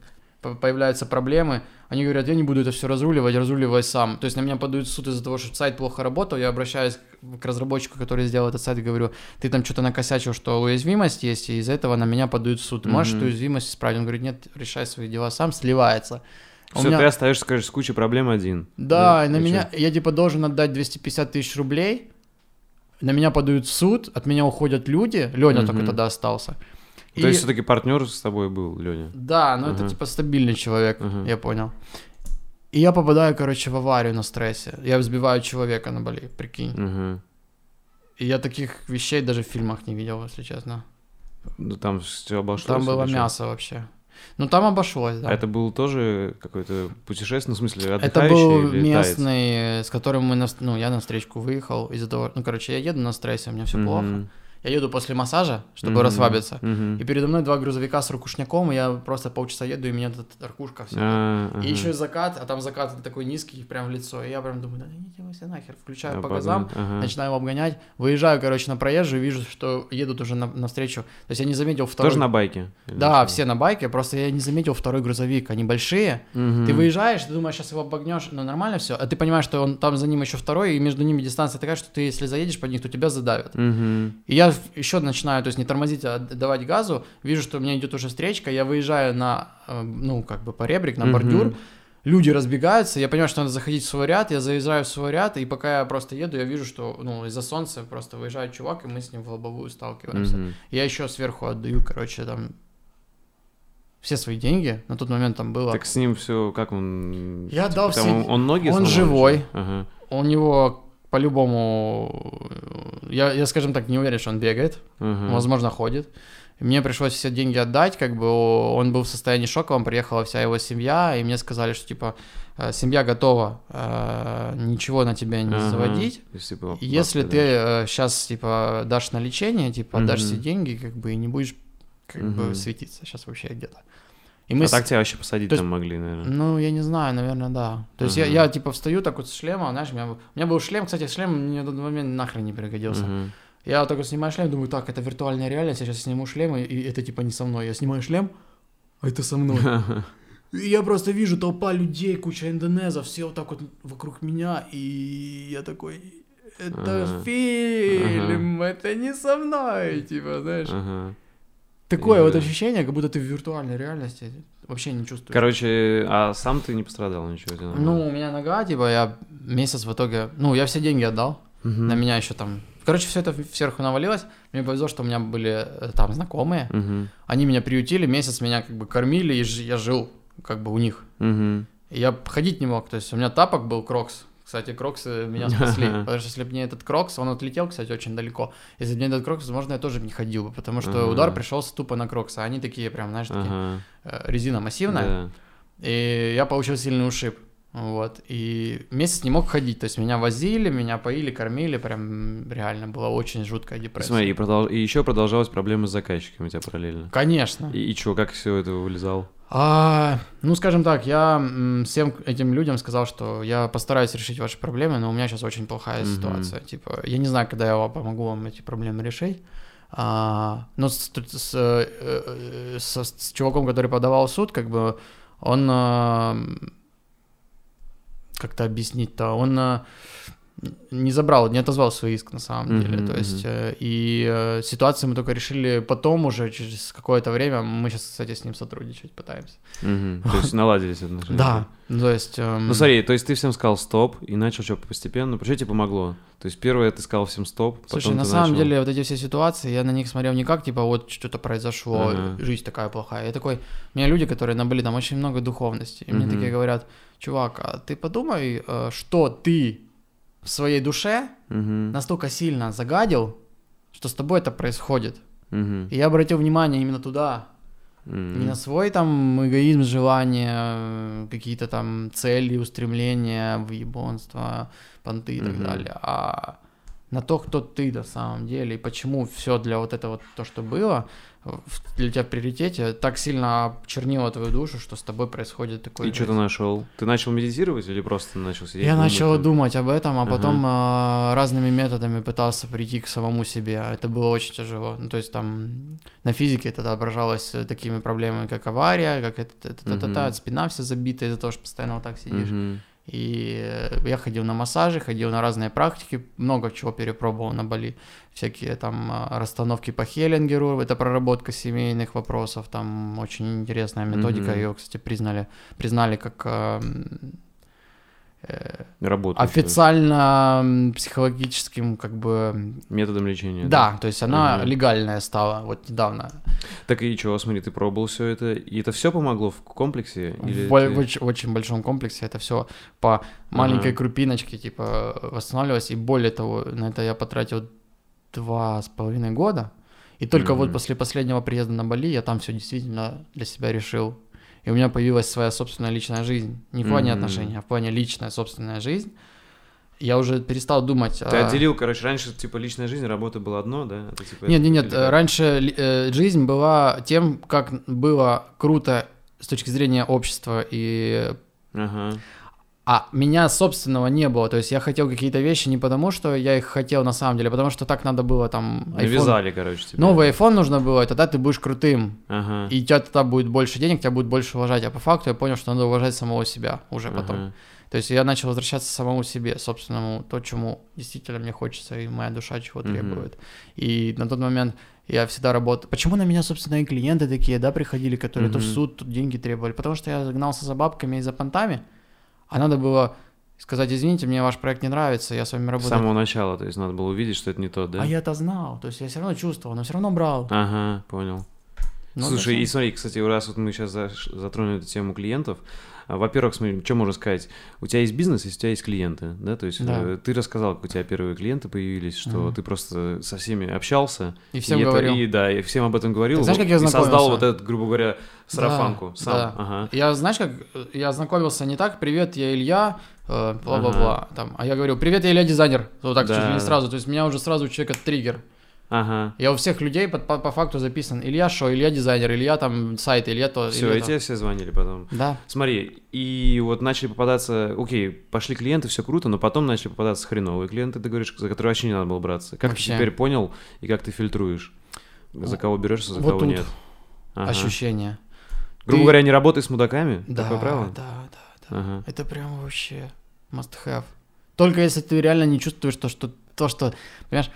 появляются проблемы, они говорят, я не буду это все разруливать, разруливай сам. То есть на меня подают в суд из-за того, что сайт плохо работал, я обращаюсь к разработчику, который сделал этот сайт, и говорю, ты там что-то накосячил, что уязвимость есть, и из-за этого на меня подают в суд. Можешь mm-hmm. эту уязвимость исправить? Он говорит, нет, решай свои дела сам, сливается. Все, меня... ты остаешься, скажешь, с кучей проблем один. Да, да и на меня, что? Я типа должен отдать двести пятьдесят тысяч рублей, на меня подают в суд, от меня уходят люди, Леня mm-hmm. только тогда остался. То и... есть все-таки партнер с тобой был, Леня? Да, ну uh-huh. это типа стабильный человек, uh-huh. я понял. И я попадаю, короче, в аварию на стрессе. Я взбиваю человека на Бали, прикинь. Uh-huh. И я таких вещей даже в фильмах не видел, если честно. Ну там все обошлось? Там было мясо вообще. Ну там обошлось, да. А это был тоже какое-то путешествие, ну в смысле отдыхающий? Это был или местный, таец? С которым мы, на... ну я на встречку выехал из-за того, ну короче, я еду на стрессе, у меня все uh-huh. плохо. Я еду после массажа, чтобы mm-hmm. расслабиться. Mm-hmm. И передо мной два грузовика с ракушняком, и я просто полчаса еду, и меня тут ракушка вся. Uh-huh. И еще и закат, а там закат такой низкий, прям в лицо. И я прям думаю, да идите вы все нахер. Включаю uh-huh. по газам, uh-huh. начинаю его обгонять. Выезжаю, короче, на проезжую, вижу, что едут уже на, навстречу. То есть я не заметил второй... Тоже на байке? Да, что? Все на байке, просто я не заметил второй грузовик. Они большие. Uh-huh. Ты выезжаешь, ты думаешь, сейчас его обогнешь, ну нормально все. А ты понимаешь, что он, там за ним еще второй, и между ними дистанция такая, что ты, если заедешь под них, то тебя задавят. Uh-huh. И я еще начинаю, то есть не тормозить, а давать газу, вижу, что у меня идет уже встречка, я выезжаю на, ну, как бы по ребрик, на бордюр, mm-hmm. люди разбегаются, я понимаю, что надо заходить в свой ряд, я заезжаю в свой ряд, и пока я просто еду, я вижу, что, ну, из-за солнца просто выезжает чувак, и мы с ним в лобовую сталкиваемся. Mm-hmm. Я еще сверху отдаю, короче, там, все свои деньги, на тот момент там было... Так с ним все, как он... Я отдал все... все... Он ноги Он живой, ага. у него... По-любому, я, я, скажем так, не уверен, что он бегает, uh-huh. возможно, ходит. Мне пришлось все деньги отдать, как бы он был в состоянии шоковом, приехала вся его семья, и мне сказали, что, типа, семья готова ничего на тебя не uh-huh. заводить. Если, бы, если ты дашь. сейчас, типа, дашь на лечение, типа, uh-huh. отдашь все деньги, как бы, и не будешь, как uh-huh. бы, светиться сейчас вообще где-то. И мы а с... так тебя вообще посадить то там есть, могли, наверное? Ну, я не знаю, наверное, да. То есть uh-huh. я, я, типа, встаю так вот с шлема, знаешь, у меня, у меня был шлем, кстати, шлем мне в этот момент нахрен не пригодился. Uh-huh. Я вот так вот снимаю шлем, думаю, так, это виртуальная реальность, я сейчас сниму шлем, и, и это, типа, не со мной. Я снимаю шлем, а это со мной. И я просто вижу толпа людей, куча индонезов, все вот так вот вокруг меня, и я такой, это uh-huh. фильм, uh-huh. это не со мной, типа, знаешь. Uh-huh. Такое и, вот да. ощущение, как будто ты в виртуальной реальности вообще не чувствуешь. Короче, а сам ты не пострадал ничего? Ну, у меня нога, типа, я месяц в итоге... Ну, я все деньги отдал, угу. на меня еще там... Короче, все это сверху навалилось. Мне повезло, что у меня были там знакомые. Угу. Они меня приютили, месяц меня как бы кормили, и я жил как бы у них. Угу. И я ходить не мог, то есть у меня тапок был Крокс. Кстати, Кроксы меня спасли, потому что если бы не этот Крокс, он отлетел, кстати, очень далеко. Если бы не этот Крокс, возможно, я тоже бы не ходил бы, потому что uh-huh. удар пришелся тупо на Кроксы. Они такие прям, знаешь, такие, uh-huh. резина массивная, yeah. и я получил сильный ушиб. Вот, и месяц не мог ходить, то есть меня возили, меня поили, кормили, прям реально была очень жуткая депрессия. Смотри, и, продолж... и еще продолжалась проблема с заказчиками у тебя параллельно. Конечно. И, и что, как все это вылезал? А, ну, скажем так, я м, всем этим людям сказал, что я постараюсь решить ваши проблемы, но у меня сейчас очень плохая mm-hmm. ситуация. Типа, я не знаю, когда я помогу вам эти проблемы решить. А, но с, с, с, с, с чуваком, который подавал в суд, как бы он... как-то объяснить-то, он а, не забрал, не отозвал свой иск на самом mm-hmm, деле, то есть mm-hmm. и э, ситуацию мы только решили потом уже, через какое-то время, мы сейчас, кстати, с ним сотрудничать пытаемся. Mm-hmm. То есть наладились отношения? Да, то есть... Эм... Ну смотри, то есть ты всем сказал стоп и начал что постепенно, что тебе помогло? То есть первое ты сказал всем стоп, потом Слушай, ты на самом начал... деле вот эти все ситуации, я на них смотрел не как, типа, вот что-то произошло, uh-huh. жизнь такая плохая. Я такой, у меня люди, которые набыли там очень много духовности, и uh-huh. мне такие говорят, чувак, а ты подумай, что ты в своей душе uh-huh. настолько сильно загадил, что с тобой это происходит. Uh-huh. И я обратил внимание именно туда, uh-huh. не на свой там эгоизм, желания, какие-то там цели, устремления, въебонства, понты и uh-huh. так далее, а на то, кто ты на самом деле, и почему все для вот этого, то, что было, для тебя в приоритете, так сильно обчернило твою душу, что с тобой происходит такое. И что ты нашел? Ты начал медитировать или просто начал сидеть? Я думать, начал там? думать об этом, а Ага. потом э, разными методами пытался прийти к самому себе. Это было очень тяжело. Ну, то есть там на физике это отображалось такими проблемами, как авария, как это, это, это, это, Мгм. спина вся забита из-за того, что постоянно вот так сидишь. Мгм. И э, я ходил на массажи, ходил на разные практики, много чего перепробовал на Бали. Всякие там э, расстановки по Хеллингеру, это проработка семейных вопросов, там очень интересная методика, Мгм. ее, кстати, признали, признали как э, э, Работает. официально м, психологическим, как бы, Методом лечения. да, то есть она Ага. легальная стала вот недавно. Так и что, смотри, ты пробовал все это, и это все помогло в комплексе? Или В, ты- в оч- очень большом комплексе это все по маленькой Ага. крупиночке типа восстанавливалось, и более того, на это я потратил два с половиной года, и только Мгм. вот после последнего приезда на Бали я там все действительно для себя решил, и у меня появилась своя собственная личная жизнь, не в плане Мгм. отношений, а в плане личная собственная жизнь. Я уже перестал думать. Ты о- отделил, короче, раньше, типа, личная жизнь, работа была одно, да? Это, типа, Нет, это- нет, нет. или как? Раньше ли- э, жизнь была тем, как было круто с точки зрения общества, и Ага. а меня собственного не было. То есть я хотел какие-то вещи не потому, что я их хотел на самом деле, а потому что так надо было там iPhone. Навязали, короче, тебе. Новый iPhone нужно было, и тогда ты будешь крутым. Ага. И у тебя тогда будет больше денег, тебя будут больше уважать. А по факту я понял, что надо уважать самого себя уже потом. Ага. То есть я начал возвращаться к самому себе, собственному, то, чему действительно мне хочется, и моя душа чего Мгм. требует. И на тот момент я всегда работал. Почему на меня, собственно, и клиенты такие, да, приходили, которые то в Мгм. суд, тут деньги требовали? Потому что я гнался за бабками и за понтами, а надо было сказать, извините, мне ваш проект не нравится, я с вами С работаю. самого начала, то есть надо было увидеть, что это не то, да? А я-то знал, то есть я все равно чувствовал, но все равно брал. Ага, понял. Ну, Слушай, да, и смотри, кстати, раз вот мы сейчас затронули эту тему клиентов, а, во-первых, смотри, что можно сказать? У тебя есть бизнес, если у тебя есть клиенты, да? То есть Да. э, ты рассказал, как у тебя первые клиенты появились, что Мгм. ты просто со всеми общался. И всем это- говорил. и, да, и всем об этом говорил. Так знаешь, вот, как я и создал знакомился? вот этот, грубо говоря, сарафанку Да, сам. да. Ага. Я, знаешь, как я ознакомился не так, привет, я Илья, э, бла-бла-бла, там, а я говорю, привет, я Илья дизайнер, вот так Да. чуть ли не сразу, то есть меня уже сразу у человека триггер. Ага. Я у всех людей по, по, по факту записан Илья шо, Илья дизайнер, Илья там сайт, Илья то, Все, Илья и то. тебе все звонили потом. Да. Смотри, и вот начали попадаться, окей, пошли клиенты, все круто, но потом начали попадаться хреновые клиенты, ты говоришь, за которые вообще не надо было браться. Как Вообще. ты теперь понял и как ты фильтруешь? За кого берешься, за Вот кого тут нет? Ага. Ощущение. Грубо Ты- говоря, не работай с мудаками? Да, Такое правило? да, да, да. Ага. Это прям вообще must have. Только если ты реально не чувствуешь то, что, то, что, понимаешь,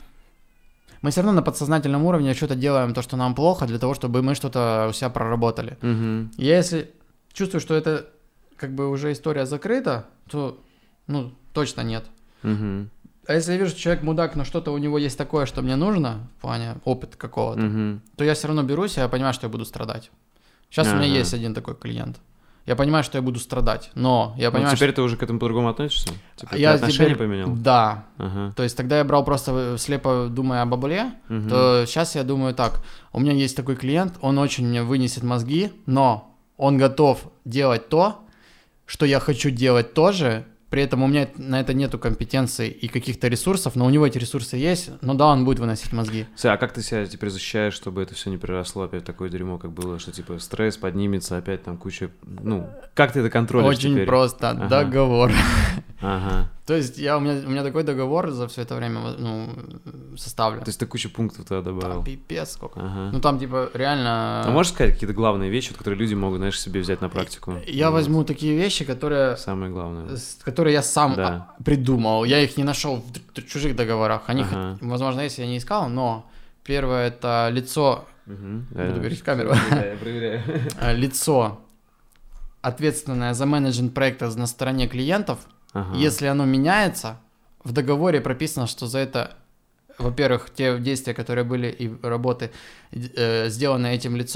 мы все равно на подсознательном уровне что-то делаем, то, что нам плохо, для того, чтобы мы что-то у себя проработали. Мгм. Я если чувствую, что это как бы уже история закрыта, то, ну, точно нет. Мгм. А если я вижу, что человек мудак, но что-то у него есть такое, что мне нужно, в плане опыта какого-то, Мгм. то я все равно берусь, и я понимаю, что я буду страдать. Сейчас у меня Ага. есть один такой клиент. Я понимаю, что я буду страдать, но я Ну, понимаю, теперь ты уже к этому по-другому относишься? Типа, что... ты я отношения теперь- поменял? Да. Ага. То есть тогда я брал просто слепо, думая о бабле, Мгм. то сейчас я думаю так, у меня есть такой клиент, он очень мне вынесет мозги, но он готов делать то, что я хочу делать тоже, при этом у меня на это нету компетенций и каких-то ресурсов, но у него эти ресурсы есть, но да, он будет выносить мозги. Слушай, а как ты себя теперь защищаешь, чтобы это все не переросло опять в такое дерьмо, как было, что типа стресс поднимется, опять там куча... Ну, как ты это контролируешь Очень теперь? просто, Ага. договор. Ага. То есть я, у, меня, у меня такой договор за все это время ну, составлен. То есть ты кучу пунктов туда Там добавил? пипец сколько. Ага. Ну там типа реально... А можешь сказать какие-то главные вещи, вот, которые люди могут, знаешь, себе взять на практику? Я Вот. возьму такие вещи, которые, Самое главное. с- которые я сам Да. а, придумал. Я их не нашел в д- чужих договорах. Они, Ага. хоть- возможно, есть, я не искал, но первое это лицо, Мгм. Буду Да. говорить в камеру. Да, я проверяю. э, лицо ответственное за менеджмент проекта на стороне клиентов. Ага. Если оно меняется, в договоре прописано, что за это, во-первых, те действия, которые были и работы э, сделаны этим лицом,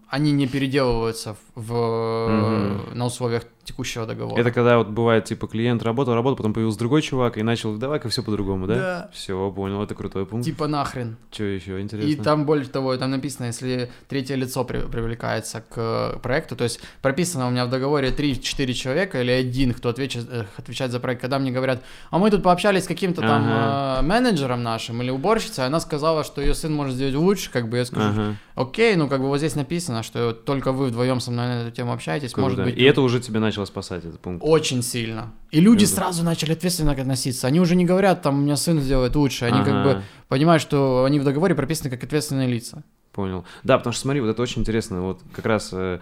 они не переделываются в, Мгм. на условиях текущего договора. Это когда вот бывает, типа, клиент работал, работал, потом появился другой чувак и начал, давай-ка все по-другому, да? Да. Все, понял, это крутой пункт. Типа нахрен. Что еще интересно? И там, более того, там написано, если третье лицо при- привлекается к проекту, то есть прописано у меня в договоре три-четыре человека или один, кто отвечает, э, отвечает за проект, когда мне говорят, а мы тут пообщались с каким-то там Ага. э, менеджером нашим или уборщицей, она сказала, что ее сын может сделать лучше, как бы я скажу, Ага, окей, ну как бы вот здесь написано, что только вы вдвоем со мной на эту тему общаетесь, круто. может быть... И это уже тебе начало спасать, этот пункт. Очень сильно. И люди Круто. сразу начали ответственно относиться. Они уже не говорят, там, у меня сын сделает лучше. Они как Ага. бы понимают, что они в договоре прописаны как ответственные лица. Понял. Да, потому что смотри, вот это очень интересно. Вот как раз э,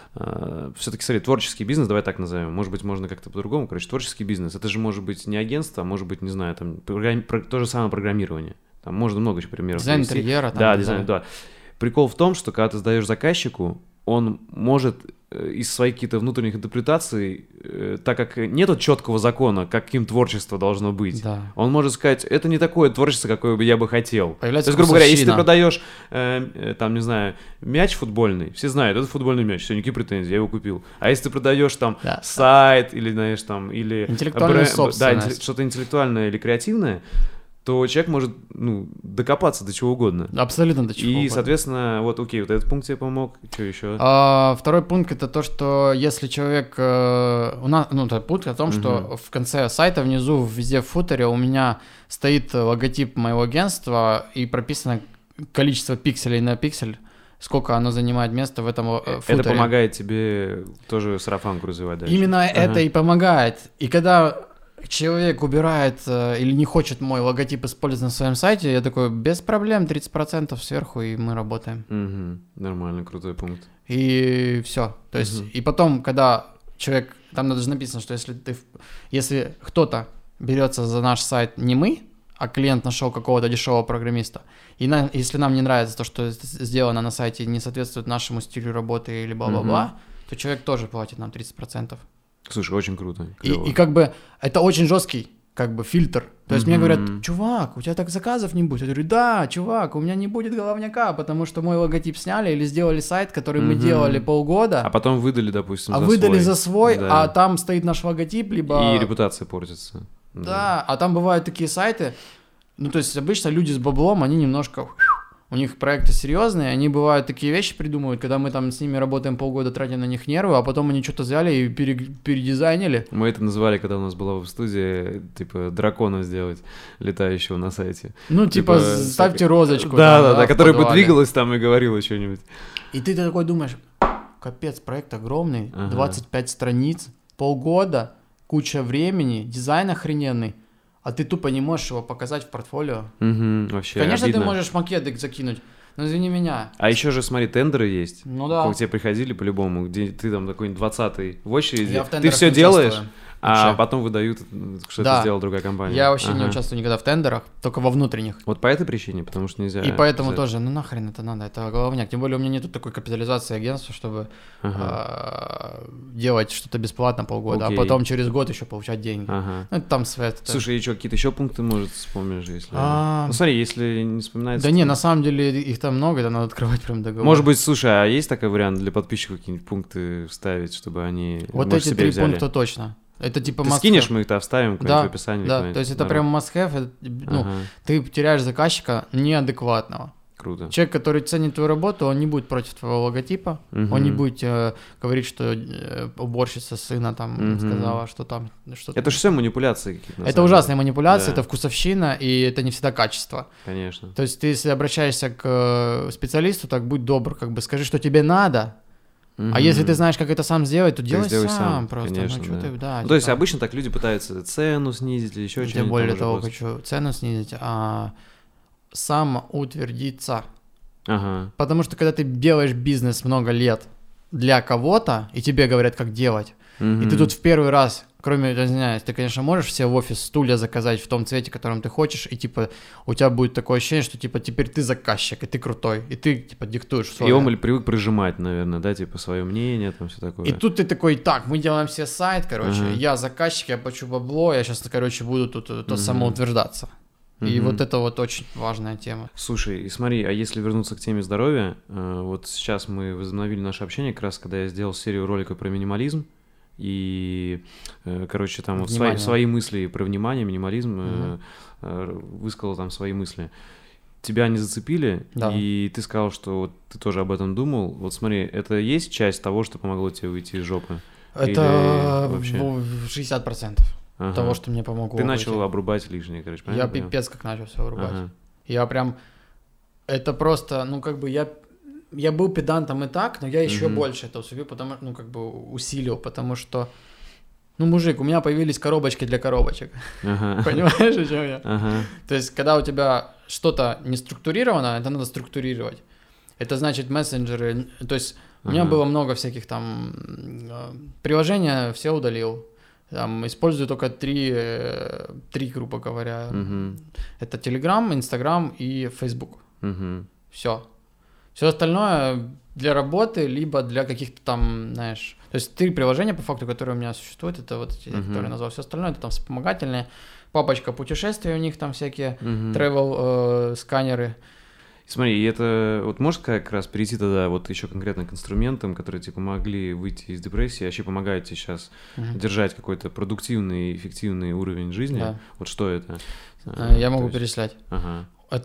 э, все-таки, смотри, творческий бизнес, давай так назовем. Может быть, можно как-то по-другому. Короче, творческий бизнес. Это же может быть не агентство, а может быть, не знаю, там программи- про- то же самое программирование. Там можно много еще примеров Дизайн привести. интерьера. Там, Да, дизайн. дизайн, да. Прикол в том, что когда ты сдаешь заказчику, он может э, из своих каких-то внутренних интерпретаций, э, так как нету четкого закона, каким творчество должно быть, Да. он может сказать, это не такое творчество, какое бы я бы хотел. Появляется То есть, грубо говоря, если ты вкусовщина. продаешь, э, э, там, не знаю, мяч футбольный, все знают, это футбольный мяч, все, никакие претензии, я его купил. А если ты продаешь там Да. сайт или, знаешь, там, или... Интеллектуальную бре- Да, собственность. интелле- что-то интеллектуальное или креативное, то человек может, ну, докопаться до чего угодно. Абсолютно до чего И, угодно. соответственно, вот, окей, вот этот пункт тебе помог, что еще? А, второй пункт это то, что если человек э, у нас, ну, это пункт о том, Мгм. что в конце сайта внизу везде в футере у меня стоит логотип моего агентства и прописано количество пикселей на пиксель, сколько оно занимает места в этом э, футере. Это помогает тебе тоже сарафанку развивать дальше. Именно Ага. это и помогает. И когда человек убирает э, или не хочет мой логотип использовать на своем сайте, я такой, без проблем, тридцать процентов сверху, и мы работаем. Мгм. Нормально, крутой пункт. И все. То есть, Мгм. и потом, когда человек, там даже написано, что если ты, в- если кто-то берется за наш сайт не мы, а клиент нашел какого-то дешевого программиста, и на- если нам не нравится то, что с- сделано на сайте, не соответствует нашему стилю работы или бла-бла-бла, Мгм. то человек тоже платит нам тридцать процентов. Слушай, очень круто. И, клёво. и как бы это очень жесткий как бы фильтр. То есть мне Мгм. говорят, чувак, у тебя так заказов не будет. Я говорю, да, чувак, у меня не будет головняка, потому что мой логотип сняли или сделали сайт, который мы Мгм. делали полгода, А потом выдали, допустим, а за выдали свой. за свой, Да. а там стоит наш логотип, либо... И репутация портится. Да, а там бывают такие сайты, ну то есть обычно люди с баблом, они немножко... У них проекты серьезные, они бывают такие вещи придумывают, когда мы там с ними работаем полгода, тратим на них нервы, а потом они что-то взяли и пере- передизайнили. Мы это называли, когда у нас была в студии, типа, дракона сделать, летающего на сайте. Ну типа, Типа, ставьте розочку. Да, там, да, да, в которая бы подвале. двигалась там и говорила что-нибудь. И ты такой думаешь, капец, проект огромный, Ага. двадцать пять страниц, полгода, куча времени, дизайн охрененный, а ты тупо не можешь его показать в портфолио. Мгм, вообще Конечно, обидно. ты можешь макеты закинуть, но извини меня. А еще же, смотри, тендеры есть. Ну да. К тебе приходили по-любому, где ты там какой-нибудь двадцатый в очереди, Я в ты тендерах все не делаешь, участвую. а Вообще. потом выдают, что Да. это сделала другая компания. Я вообще не Ага. участвую никогда в тендерах, только во внутренних. Вот по этой причине, потому что нельзя... И поэтому писать. тоже, ну нахрен это надо, это головняк. Тем более у меня нету такой капитализации агентства, чтобы Ага. а, делать что-то бесплатно полгода, Окей. а потом через год еще получать деньги. Ага. Ну это там свет. это- Слушай, и что, какие-то еще пункты, может, вспомнишь, если... А, Ну, смотри, если не вспоминается... Да не, то- на самом деле их там много, это надо открывать прям договор. Может быть, слушай, а есть такой вариант для подписчиков какие-нибудь пункты вставить, чтобы они, Вот может, эти себе три взяли? пункта точно. Это типа Ты must скинешь, have. мы их-то вставим Да, куда-нибудь в описании. Да, куда-нибудь то есть это народ. прям must have, это, ну, Ага, ты теряешь заказчика неадекватного. круто. Человек, который ценит твою работу, он не будет против твоего логотипа, Мгм. он не будет э, говорить, что э, уборщица сына там Мгм. сказала, что там что-то. Это же все манипуляции какие-то. на Это самом ужасные деле. манипуляции, Да. это вкусовщина, и это не всегда качество. Конечно. То есть ты, если обращаешься к э, специалисту, так будь добр, как бы скажи, что тебе надо. А если ты знаешь, как это сам сделать, то делай сделай сам, сам, просто. конечно, ну, чё да. ты, да, Ну, то есть типа. обычно так люди пытаются цену снизить или еще Я что-нибудь. более там того уже просто- хочу цену снизить, а самоутвердиться. Ага. Потому что когда ты делаешь бизнес много лет для кого-то, и тебе говорят, как делать, и ты Мгм. тут в первый раз, кроме, я не знаю, ты, конечно, можешь себе в офис стулья заказать в том цвете, которым ты хочешь, и, типа, у тебя будет такое ощущение, что, типа, теперь ты заказчик, и ты крутой, и ты, типа, диктуешь И условия. он или привык прижимать, наверное, да, типа свое мнение, там все такое. И тут ты такой, так, мы делаем все сайт, короче, Ага. я заказчик, я плачу бабло, я сейчас, короче, буду тут э, то Мгм. самоутверждаться. И Мгм. вот это вот очень важная тема. Слушай, и смотри, а если вернуться к теме здоровья, э, вот сейчас мы возобновили наше общение, как раз когда я сделал серию роликов про минимализм, и, э, короче, там вот свои, Внимание. свои мысли про внимание, минимализм, э, Мгм. э, высказал там свои мысли. Тебя они зацепили, Да. и ты сказал, что вот ты тоже об этом думал. Вот смотри, это есть часть того, что помогло тебе выйти из жопы? Это Или вообще? в- шестьдесят процентов Ага. того, что мне помогло. Ты начал выйти. обрубать лишнее, короче, Я правильно понял? пипец как начал все вырубать. Ага. Я прям... Это просто, ну, как бы я... Я был педантом и так, но я еще Мгм. больше это усилил, потому ну, как бы усилил, потому что... Ну, мужик, у меня появились коробочки для коробочек. Ага. Понимаешь, о чем я? Ага. То есть, когда у тебя что-то не структурировано, это надо структурировать. Это значит мессенджеры. То есть, у меня Ага. было много всяких там э, приложения, все удалил. Там, использую только три, э, три, грубо говоря. Мгм. Это Telegram, Instagram и Facebook. Мгм. Все. Все остальное для работы, либо для каких-то там, знаешь... То есть три приложения, по факту, которые у меня существуют, это вот эти, Мгм. которые я назвал. Все остальное, это там вспомогательные. Папочка путешествий у них там всякие, Мгм. travel э, сканеры. Смотри, и это вот можешь как раз перейти тогда вот еще конкретно к инструментам, которые тебе помогли выйти из депрессии, вообще помогают тебе сейчас Мгм. держать какой-то продуктивный, эффективный уровень жизни? Да. Вот что это? Э, Я То могу есть- перечислять. Ага.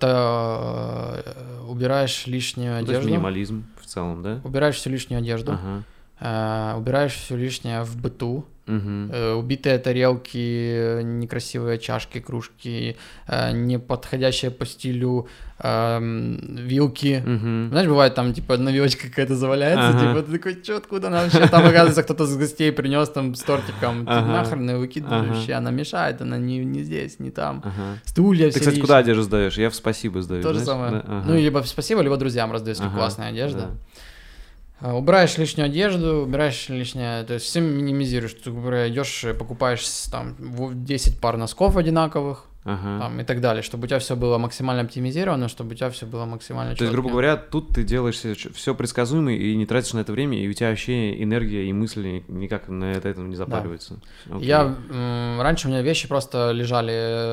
Это э, убираешь лишнюю Ну, то есть одежду, минимализм в целом, да? убираешь всю лишнюю одежду, Ага. э, убираешь все лишнее в быту, Мгм. э, убитые тарелки, некрасивые чашки, кружки, э, неподходящие по стилю эм, вилки. Мгм. Знаешь, бывает там, типа, одна вилочка какая-то заваляется, Ага. типа, ты такой, чё, откуда она вообще? Там, оказывается, кто-то с гостей принес там с тортиком. Ты Ага. нахрен ее выкидываешь Ага. вообще, она мешает, она не, не здесь, не там. Ага. Стулья Ты, все кстати, лишние. куда одежду сдаешь? Я в спасибо сдаю. То же знаешь? самое. Да? Ага. Ну, либо спасибо, либо друзьям раздаю, если Ага. классная одежда. Да. А, Убираешь лишнюю одежду, убираешь лишнее, то есть все минимизируешь. Ты, грубо говоря, идешь, покупаешь с- там в- десять пар носков одинаковых, Ага. там, и так далее, чтобы у тебя все было максимально оптимизировано, чтобы у тебя все было максимально То есть, грубо чётко. говоря, тут ты делаешь все предсказуемо и не тратишь на это время, и у тебя вообще энергия и мысли никак на это, это не запариваются. Окей. Я м, раньше у меня вещи просто лежали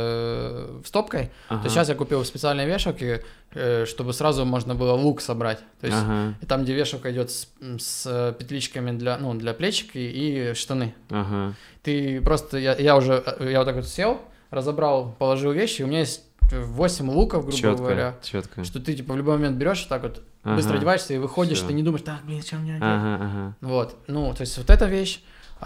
э, в стопкой, Ага. то сейчас я купил специальные вешалки, э, чтобы сразу можно было лук собрать. То есть Ага. и там, где вешалка идет с, с петличками для, ну, для плечики и штаны. Ага. Ты просто, я, я уже, я вот так вот сел, разобрал, положил вещи, у меня есть восемь луков, грубо говоря, Четко, четко. что ты типа в любой момент берешь так вот, Ага. быстро одеваешься и выходишь, Всё. ты не думаешь, так, блин, что мне одеть? Ага, ага, Вот, ну, то есть вот эта вещь,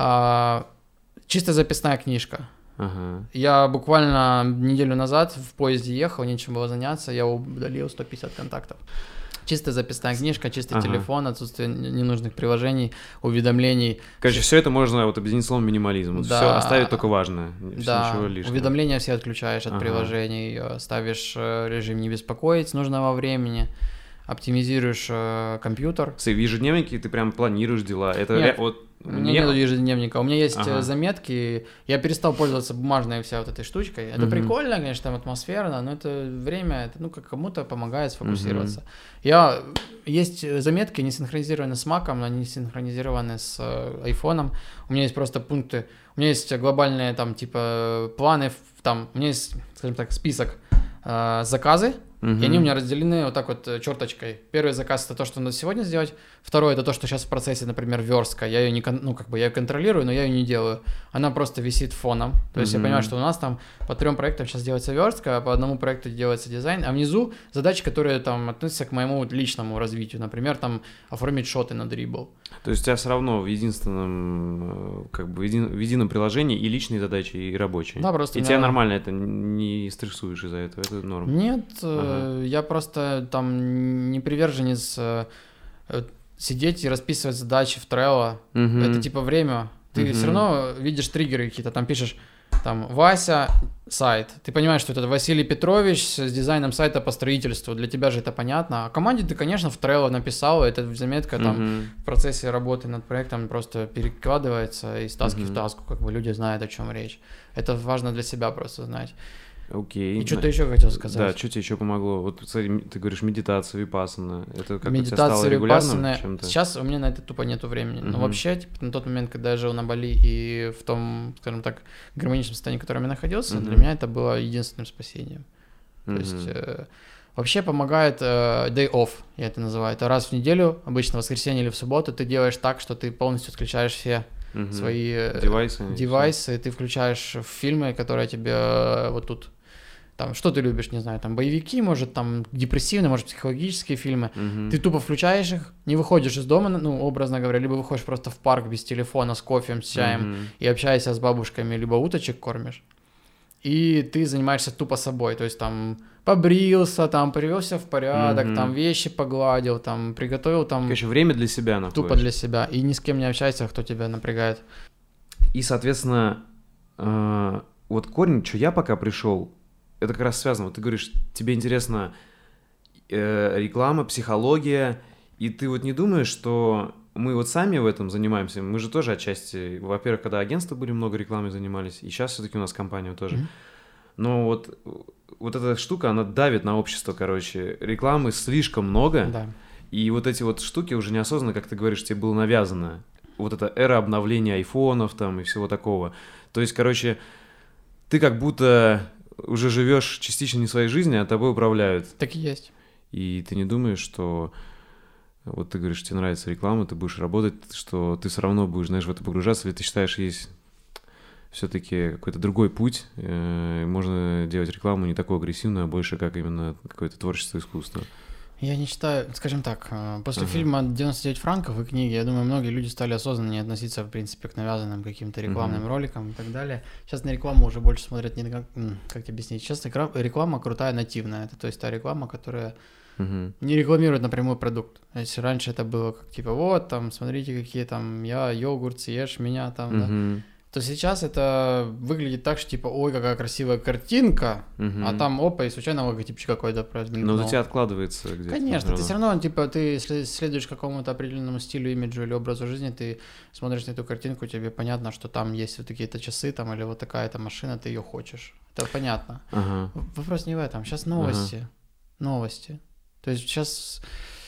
а, чисто записная книжка. ага. Я буквально неделю назад в поезде ехал, нечем было заняться, я удалил сто пятьдесят контактов. Чистая записная книжка, чистый Ага. телефон, отсутствие ненужных приложений, уведомлений. Короче, все это можно вот объединить словом минимализм. Вот Да. все оставить только важное. Всё, Да, ничего лишнего. уведомления все отключаешь от Ага. приложений, э, ставишь э, режим не беспокоить с нужного времени, оптимизируешь э, компьютер. В ежедневнике ты прям планируешь дела. Это Нет, ре- вот У меня нет ежедневника, у меня есть Ага. э, заметки, я перестал пользоваться бумажной вся вот этой штучкой. Это Мгм. прикольно, конечно, там атмосферно, но это время, это ну как кому-то помогает сфокусироваться. Я есть заметки не синхронизированы с Mac'ом, они синхронизированы с э, айфоном. У меня есть просто пункты, у меня есть глобальные там типа планы, в- там у меня есть, скажем так, список э, заказы. Мгм. И они у меня разделены вот так вот э, черточкой. Первый заказ это то, что надо сегодня сделать. Второй это то, что сейчас в процессе, например, верстка. Я ее не, кон- ну как бы я ее контролирую, но я ее не делаю. Она просто висит фоном. То есть Мгм. я понимаю, что у нас там по трем проектам сейчас делается верстка, а по одному проекту делается дизайн, а внизу задачи, которые там относятся к моему вот личному развитию. Например, там оформить шоты на дрибл. То есть у тебя все равно в единственном, э, как бы в, един- в едином приложении и личные задачи, и рабочие. Да, просто И у тебя меня- нормально это не стрессуешь из-за этого, это норм. Нет, э, я просто там не приверженец э, э, сидеть и расписывать задачи в Trello. Мгм. Это типа время. Ты Мгм. все равно видишь триггеры какие-то, там пишешь, там, Вася, сайт. Ты понимаешь, что это Василий Петрович с дизайном сайта по строительству. Для тебя же это понятно. А команде ты, конечно, в Trello написал, это заметка там Мгм. в процессе работы над проектом просто перекладывается из таски Мгм. в таску, как бы люди знают, о чем речь. Это важно для себя просто знать. Окей. И что На- ты еще хотел Да, сказать? что тебе еще помогло? Вот, смотри, м- ты говоришь медитация, випассана. Это как у тебя стало Медитация, регулярным випассана. чем-то? Сейчас у меня на это тупо нету времени. Но Мгм. вообще, типа, на тот момент, когда я жил на Бали и в том, скажем так, гармоничном состоянии, в котором я находился, для Мгм. меня это было единственным спасением. То mm-hmm. есть э, вообще помогает э, day off, я это называю. Это раз в неделю, обычно в воскресенье или в субботу, ты делаешь так, что ты полностью отключаешь все mm-hmm. свои э, девайсы, девайсы, ты включаешь фильмы, которые тебе э, вот тут... Там, что ты любишь, не знаю, там, боевики, может, там, депрессивные, может, психологические фильмы. Uh-huh. Ты тупо включаешь их, не выходишь из дома, ну, образно говоря, либо выходишь просто в парк без телефона, с кофем, с чаем, uh-huh. и общаешься с бабушками, либо уточек кормишь. И ты занимаешься тупо собой, то есть, там, побрился, там, привел себя в порядок, uh-huh. там, вещи погладил, там, приготовил, там... Короче, время для себя находишь. Тупо для себя, и ни с кем не общайся, кто тебя напрягает. И, соответственно, э- вот корень, что я пока пришел, это как раз связано. Вот ты говоришь, тебе интересна э, реклама, психология, и ты вот не думаешь, что мы вот сами в этом занимаемся? Мы же тоже отчасти, во-первых, когда агентства были, много рекламой занимались, и сейчас все-таки у нас компания тоже. Mm-hmm. Но вот, вот эта штука, она давит на общество, короче. Рекламы слишком много, да. И вот эти вот штуки уже неосознанно, как ты говоришь, тебе было навязано. Вот эта эра обновления айфонов там и всего такого. То есть, короче, ты как будто... уже живешь частично не своей жизни, а тобой управляют. Так и есть. И ты не думаешь, что вот ты говоришь, тебе нравится реклама, ты будешь работать, что ты все равно будешь, знаешь, в это погружаться, или ты считаешь, есть все-таки какой-то другой путь, э, можно делать рекламу не такую агрессивную, а больше как именно какое-то творчество, искусство. Я не считаю, скажем так, после ага. фильма девяносто девять франков и книги, я думаю, многие люди стали осознаннее относиться, в принципе, к навязанным каким-то рекламным uh-huh. роликам и так далее. Сейчас на рекламу уже больше смотрят не как, как тебе объяснить, сейчас реклама крутая, нативная, это то есть та реклама, которая uh-huh. не рекламирует напрямую продукт. Если раньше это было как типа, вот, там, смотрите, какие там, я йогурт, съешь меня там, uh-huh. да. То сейчас это выглядит так, что типа, ой, какая красивая картинка, uh-huh. а там, опа, и случайно логотипчик какой-то продлинный. Но у тебя откладывается где-то. Конечно, ты все равно, типа, ты следуешь какому-то определенному стилю, имиджу или образу жизни, ты смотришь на эту картинку, тебе понятно, что там есть вот такие-то часы, там, или вот такая-то машина, ты ее хочешь. Это понятно. Uh-huh. Вопрос не в этом. Сейчас новости. Uh-huh. Новости. То есть сейчас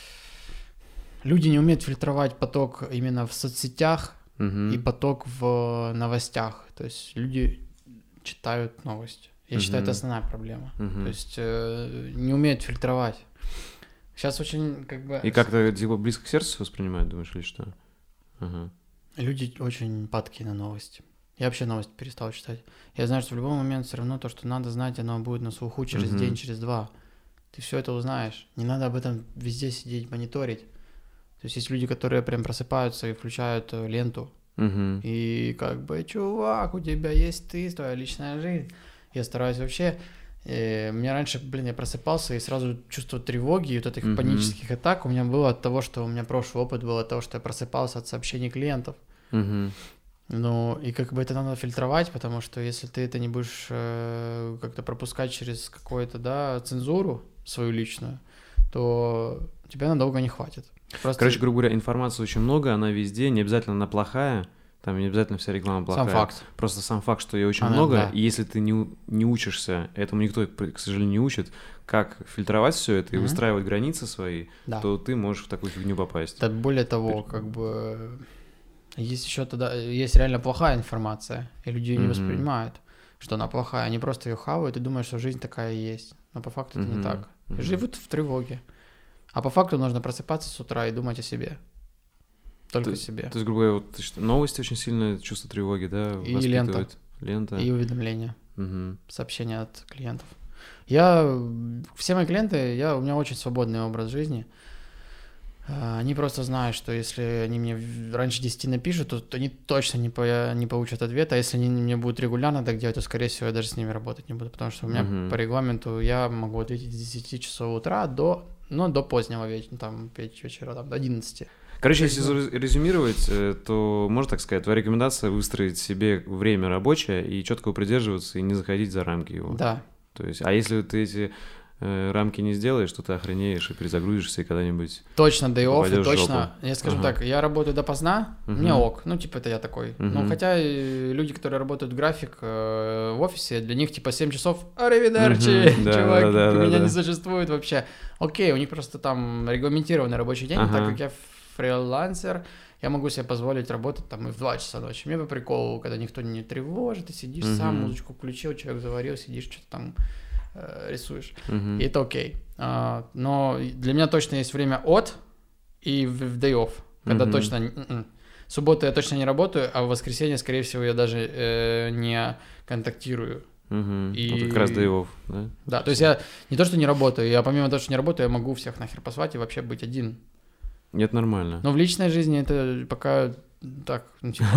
люди не умеют фильтровать поток именно в соцсетях, Uh-huh. и поток в новостях. То есть люди читают новости. Я uh-huh. считаю, это основная проблема. Uh-huh. То есть э, не умеют фильтровать. Сейчас очень как бы... И как-то типа близко к сердцу воспринимают, думаешь, или что? Uh-huh. Люди очень падки на новости. Я вообще новости перестал читать. Я знаю, что в любой момент все равно то, что надо знать, оно будет на слуху через uh-huh. день, через два. Ты все это узнаешь. Не надо об этом везде сидеть, мониторить. То есть есть люди, которые прям просыпаются и включают ленту. Uh-huh. И как бы, чувак, у тебя есть ты, твоя личная жизнь. Я стараюсь вообще... Э, мне раньше, блин, я просыпался и сразу чувство тревоги и вот этих uh-huh. панических атак у меня было от того, что у меня прошлый опыт был от того, что я просыпался от сообщений клиентов. Uh-huh. Ну, и как бы это надо фильтровать, потому что если ты это не будешь э, как-то пропускать через какую-то, да, цензуру свою личную, то тебя надолго не хватит. Просто... Короче, грубо говоря, информации очень много, она везде, не обязательно она плохая, там не обязательно вся реклама плохая. Сам факт. Просто сам факт, что ее очень она, много, да. и если ты не, не учишься, этому никто, к сожалению, не учит, как фильтровать все это и mm-hmm. выстраивать границы свои, да. то ты можешь в такую фигню попасть. Да, более того, ты... как бы есть еще тогда, есть реально плохая информация, и люди ее mm-hmm. не воспринимают, что она плохая, они просто ее хавают и думают, что жизнь такая и есть, но по факту mm-hmm. это не так. Mm-hmm. Живут в тревоге. А по факту нужно просыпаться с утра и думать о себе. Только о себе. То есть, грубо говоря, вот, новости очень сильное чувство тревоги, да, и лента. лента. И уведомления. Угу. Сообщения от клиентов. Я... Все мои клиенты, я, у меня очень свободный образ жизни. Они просто знают, что если они мне раньше десяти напишут, то они точно не, по, не получат ответа. А если они мне будут регулярно так делать, то, скорее всего, я даже с ними работать не буду. Потому что у меня uh-huh. по регламенту я могу ответить с десяти часов утра до, ну, до позднего вечера, там, пять вечера, там, до одиннадцати. Короче, если резюмировать, то, можно так сказать, твоя рекомендация выстроить себе время рабочее и четко его придерживаться и не заходить за рамки его. Да. То есть, а если ты эти... рамки не сделаешь, то ты охренеешь и перезагрузишься и когда-нибудь точно day off, и точно, я скажу ага. так, я работаю допоздна, uh-huh. мне ок, ну типа это я такой, uh-huh. ну хотя люди, которые работают в график э, в офисе, для них типа семь часов, аривидерчи, uh-huh. да, чувак, да, да, меня да, не да. существует вообще, окей, у них просто там регламентированный рабочий день, uh-huh. так как я фрилансер, я могу себе позволить работать там и в два часа ночи, мне по приколу, когда никто не тревожит, ты сидишь uh-huh. сам, музычку включил, человек заварил, сидишь, что-то там э, рисуешь. Uh-huh. И это окей. А, но для меня точно есть время от и в, в day off, когда uh-huh. точно... Н-н-н. В субботу я точно не работаю, а в воскресенье, скорее всего, я даже э, не контактирую. Угу. И... Вот как раз day off, да? Да, то есть я не то, что не работаю, я помимо того, что не работаю, я могу всех нахер послать и вообще быть один. Это нормально. Но в личной жизни это пока так, ну типа...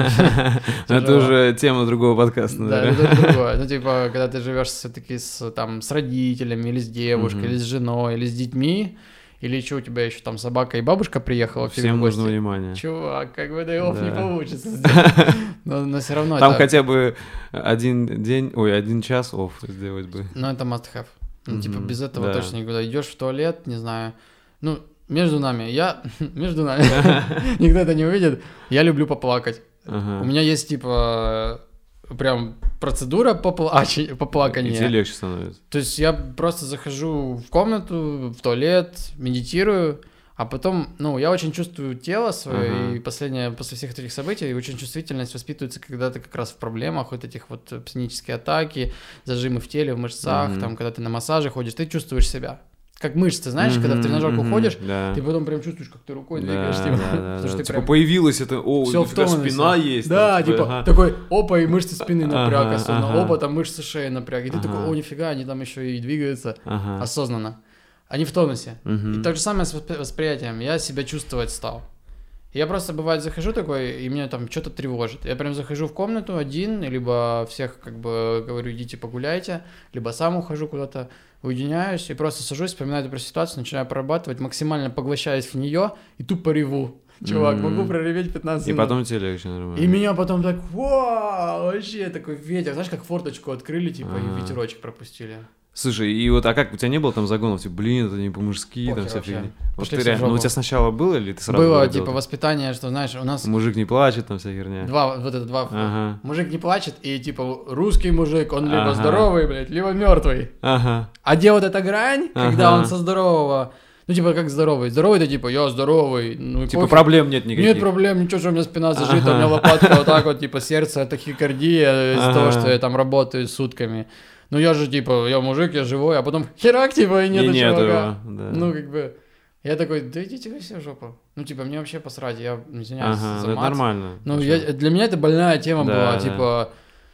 Это уже тема другого подкаста, да? Да, это другое. Ну типа, когда ты живешь все-таки с там с родителями, или с девушкой, или с женой, или с детьми, или что у тебя еще там собака и бабушка приехала к тебе Всем в гости. нужно внимание. Чувак, как бы day off да. не получится сделать. Но, но все равно там это... хотя бы один день, ой, один час off сделать бы. Ну это must have. Ну, mm-hmm. типа без этого да. точно никуда. Идешь в туалет, не знаю. Ну, между нами, я... между нами, никто это не увидит. Я люблю поплакать. У меня есть типа... прям процедура попла- поплакания. И тебе легче становится. То есть я просто захожу в комнату, в туалет, медитирую, а потом, ну, я очень чувствую тело свое, ага. и последнее, после всех этих событий очень чувствительность воспитывается, когда ты как раз в проблемах, вот этих вот панические атаки, зажимы в теле, в мышцах, mm-hmm. там, когда ты на массаже ходишь, ты чувствуешь себя. Как мышцы, знаешь, mm-hmm, когда в тренажерку mm-hmm, ходишь, да. ты потом прям чувствуешь, как ты рукой да, двигаешь, типа, да, да, потому что да. ты Типа прям... появилось это, о, всё у тебя спина есть. Да, там, типа, ага. такой, опа, и мышцы спины напряг ага, осознанно, ага. опа, там мышцы шеи напряг, и ты ага. такой, о, нифига, они там еще и двигаются ага. осознанно, они в тонусе. Угу. И то же самое с восприятием, я себя чувствовать стал. Я просто, бывает, захожу такой, и меня там что-то тревожит. Я прям захожу в комнату один, либо всех, как бы, говорю, идите погуляйте, либо сам ухожу куда-то, уединяюсь и просто сажусь, вспоминаю про ситуацию, начинаю прорабатывать, максимально поглощаюсь в нее и тупо реву. Чувак, mm-hmm. могу прореветь пятнадцать минут. И потом тебе легче нормально. И меня потом так, вау, вообще такой ветер. Знаешь, как форточку открыли, типа, А-а-а. и ветерочек пропустили. Слушай, и вот, а как, у тебя не было там загонов, типа, блин, это не по-мужски, Похер там вся вообще. фигня? Вот Пошли ты все в реально, ну у жопу. тебя сначала было, или ты сразу Было, говорил, типа, ты- воспитание, что, знаешь, у нас Мужик не плачет, там вся херня. два, вот это два, Ага. мужик не плачет, и, типа, русский мужик, он либо Ага. здоровый, блядь, либо мертвый. Ага. А где вот эта грань, когда Ага. он со здорового, ну, типа, как здоровый? Здоровый, это, типа, я здоровый, ну, и Типа похер. проблем нет никаких. Нет проблем, ничего, что у меня спина зажита, у меня лопатка вот так вот, типа, сердце, тахикардия из-за Ага. того, что я там работаю сутками. Ну, я же, типа, я мужик, я живой, а потом херак, типа, и нет И нет чувака. его, да. Ну, как бы, я такой, да идите вы все в жопу. Ну, типа, мне вообще посрать, я извиняюсь Ага, за это мат. нормально. Ну, Хорошо. я, для меня это больная тема Да, была, да. типа...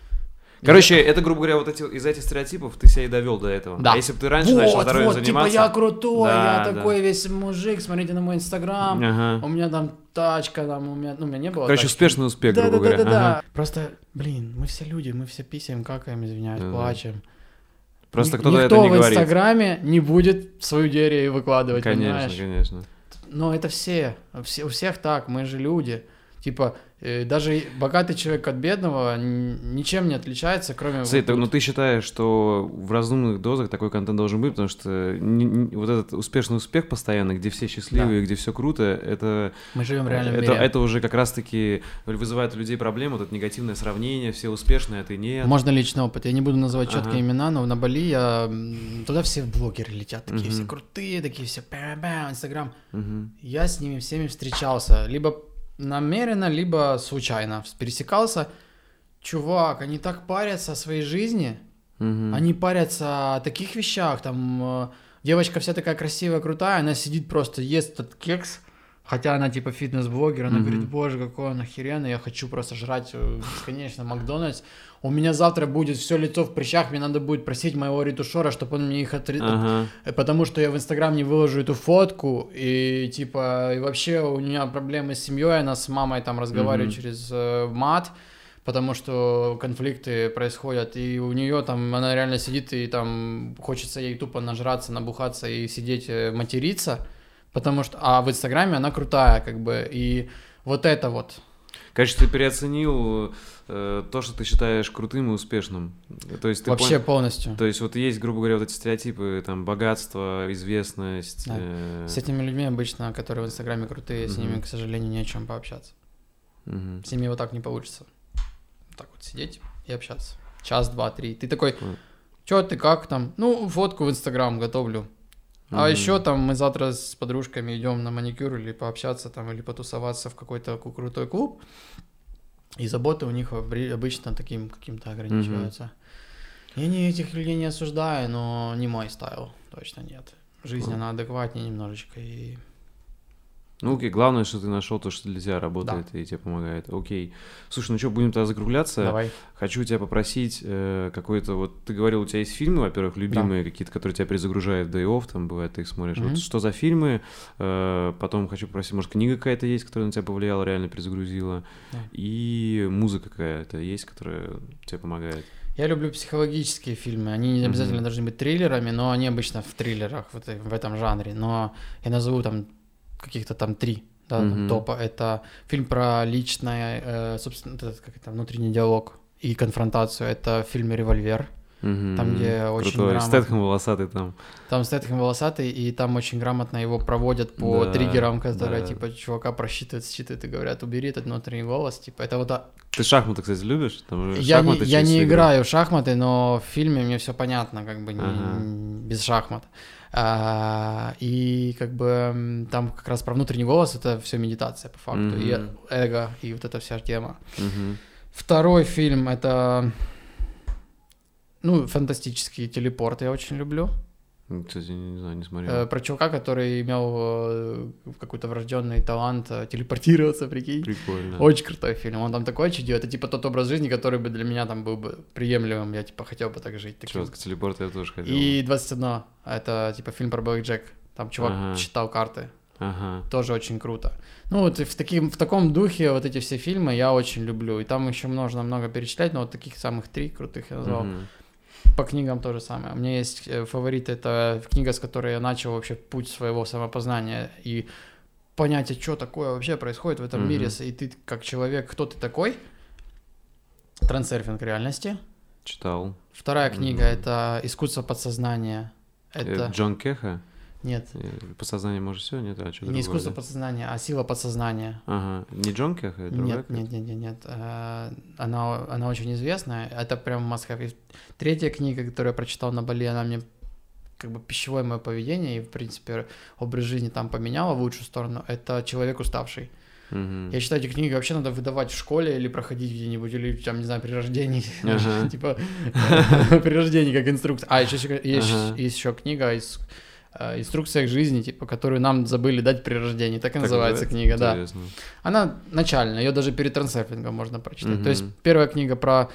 Короче, это, грубо говоря, вот эти, из этих стереотипов ты себя и довел до этого. Да. А если бы ты раньше вот, начал здоровьем вот, заниматься... типа, я крутой, Да, я да. такой весь мужик, смотрите на мой инстаграм, Ага. у меня там тачка, там, у меня, ну, у меня не было Короче, тачки. успешный успех, Да, грубо да, да, говоря. да, да. Ага. Просто, блин, мы все люди, мы все писаем, какаем, извиняюсь, Да, да. плачем. Просто Ни- кто-то Никто это не в говорит. Инстаграме не будет свою диарею выкладывать, Конечно, понимаешь? конечно. Но это все, все, у всех так, мы же люди. Типа, э, даже богатый человек от бедного н- ничем не отличается, кроме... Смотри, вот так, тут. ну ты считаешь, что в разумных дозах такой контент должен быть, потому что не- не- вот этот успешный успех постоянно, где все счастливые, где все круто, это, Мы живем в реальном это, мире. это уже как раз-таки вызывает у людей проблему, вот это негативное сравнение, все успешные, а ты нет. Можно личный опыт. Я не буду называть четкие Ага. имена, но на Бали я... м, туда все блогеры летят, такие Мгм. все крутые, такие все... бам-бам, Инстаграм. Мгм. Я с ними всеми встречался. Либо намеренно, либо случайно пересекался. Чувак, они так парятся о своей жизни. Мгм. Они парятся о таких вещах. Там э, девочка вся такая красивая, крутая, она сидит просто, ест этот кекс. Хотя она типа фитнес-блогер, она Мгм. говорит, боже, какой он охеренный, я хочу просто жрать э, бесконечно Макдональдс. У меня завтра будет все лицо в прыщах, мне надо будет просить моего ретушера, чтобы он мне их отри... Ага. Э, Потому что я в Инстаграм не выложу эту фотку, и типа, и вообще у меня проблемы с семьей, она с мамой там разговаривает Мгм. через э, мат, потому что конфликты происходят, и у нее там, она реально сидит, и там хочется ей тупо нажраться, набухаться и сидеть э, материться, потому что, а в Инстаграме она крутая, как бы, и вот это вот. Короче, ты переоценил э, то, что ты считаешь крутым и успешным. То есть ты Вообще пон- полностью. То есть вот есть, грубо говоря, вот эти стереотипы, там, богатство, известность. Да. э, С этими людьми обычно, которые в Инстаграме крутые, с Мгм. ними, к сожалению, не о чем пообщаться. мгм. С ними вот так не получится. Так вот сидеть и общаться. Час, два, три. Ты такой, Понял. чё ты, как там? Ну, фотку в Инстаграм готовлю. А Мгм. еще там мы завтра с подружками идем на маникюр или пообщаться там, или потусоваться в какой-то ку- крутой клуб. И заботы у них обри- обычно таким каким-то ограничиваются. Я не этих людей не осуждаю, но не мой стайл, точно нет. Жизнь, она адекватнее немножечко и... Ну окей, главное, что ты нашел то, что для тебя работает, да, и тебе помогает. Окей. Слушай, ну что, будем тогда закругляться. Давай. Хочу тебя попросить э, какой-то вот... Ты говорил, у тебя есть фильмы, во-первых, любимые, да, какие-то, которые тебя перезагружают в day off, там бывает, ты их смотришь. Mm-hmm. Вот что за фильмы? Э, потом хочу попросить, может, книга какая-то есть, которая на тебя повлияла, реально перезагрузила? Да. И музыка какая-то есть, которая тебе помогает? Я люблю психологические фильмы. Они не обязательно mm-hmm. должны быть триллерами, но они обычно в триллерах, вот в этом жанре. Но я назову там каких-то там три, да, mm-hmm. топа. Это фильм про личное, э, собственно, этот, как это, внутренний диалог и конфронтацию. Это фильм «Револьвер», mm-hmm. там, где очень Крутой. грамотно... Стэтхэм волосатый там. Там Стэтхэм волосатый, и там очень грамотно его проводят по да, триггерам, которые, да, типа, чувака просчитывают, считывают и говорят, убери этот внутренний голос, типа, это вот... Ты шахматы, кстати, любишь? Там я не, я не играю в шахматы, но в фильме мне все понятно, как бы, ага. не, без шахмат. А, и как бы там как раз про внутренний голос, это все медитация по факту, mm-hmm. и эго, и вот эта вся тема. Mm-hmm. Второй фильм — это, ну, фантастический «Телепорт», я очень люблю. Кстати, не знаю, не смотрел. Про чувака, который имел какой-то врожденный талант телепортироваться, прикинь. Прикольно. Очень крутой фильм. Он там такой чудил. Это типа тот образ жизни, который бы для меня там был бы приемлемым. Я типа хотел бы так жить. Четко, телепорт я тоже хотел. И двадцать одно. Это типа фильм про Блэк Джек. Там чувак ага. считал карты. Ага. Тоже очень круто. Ну вот в, таким, в таком духе вот эти все фильмы я очень люблю. И там еще можно много перечислять, но вот таких самых три крутых я назвал. Угу. По книгам то же самое. У меня есть фаворит, это книга, с которой я начал вообще путь своего самопознания и понятия, что такое вообще происходит в этом mm-hmm. мире, и ты как человек, кто ты такой? «Трансерфинг реальности». Читал. Вторая книга mm-hmm. это «Искусство подсознания». Это... Джон Кеха? Нет. Подсознание может все? Нет, а что Не другое, искусство да? подсознания, а сила подсознания. Ага. Не Джон Кеха? Нет, нет, нет, нет, нет. Она, она очень известная. Это прям must have. И третья книга, которую я прочитал на Бали, она мне как бы пищевое мое поведение и, в принципе, образ жизни там поменяла в лучшую сторону. Это «Человек уставший». Uh-huh. Я считаю, эти книги вообще надо выдавать в школе или проходить где-нибудь, или там, не знаю, при рождении. Uh-huh. Типа при рождении как инструкция. А, еще есть еще книга из... «Инструкция к жизни», типа, которую нам забыли дать при рождении. Так и так называется да, книга, да. Интересно. Она начальная, ее даже перед трансерфингом можно прочитать. Mm-hmm. То есть первая книга про,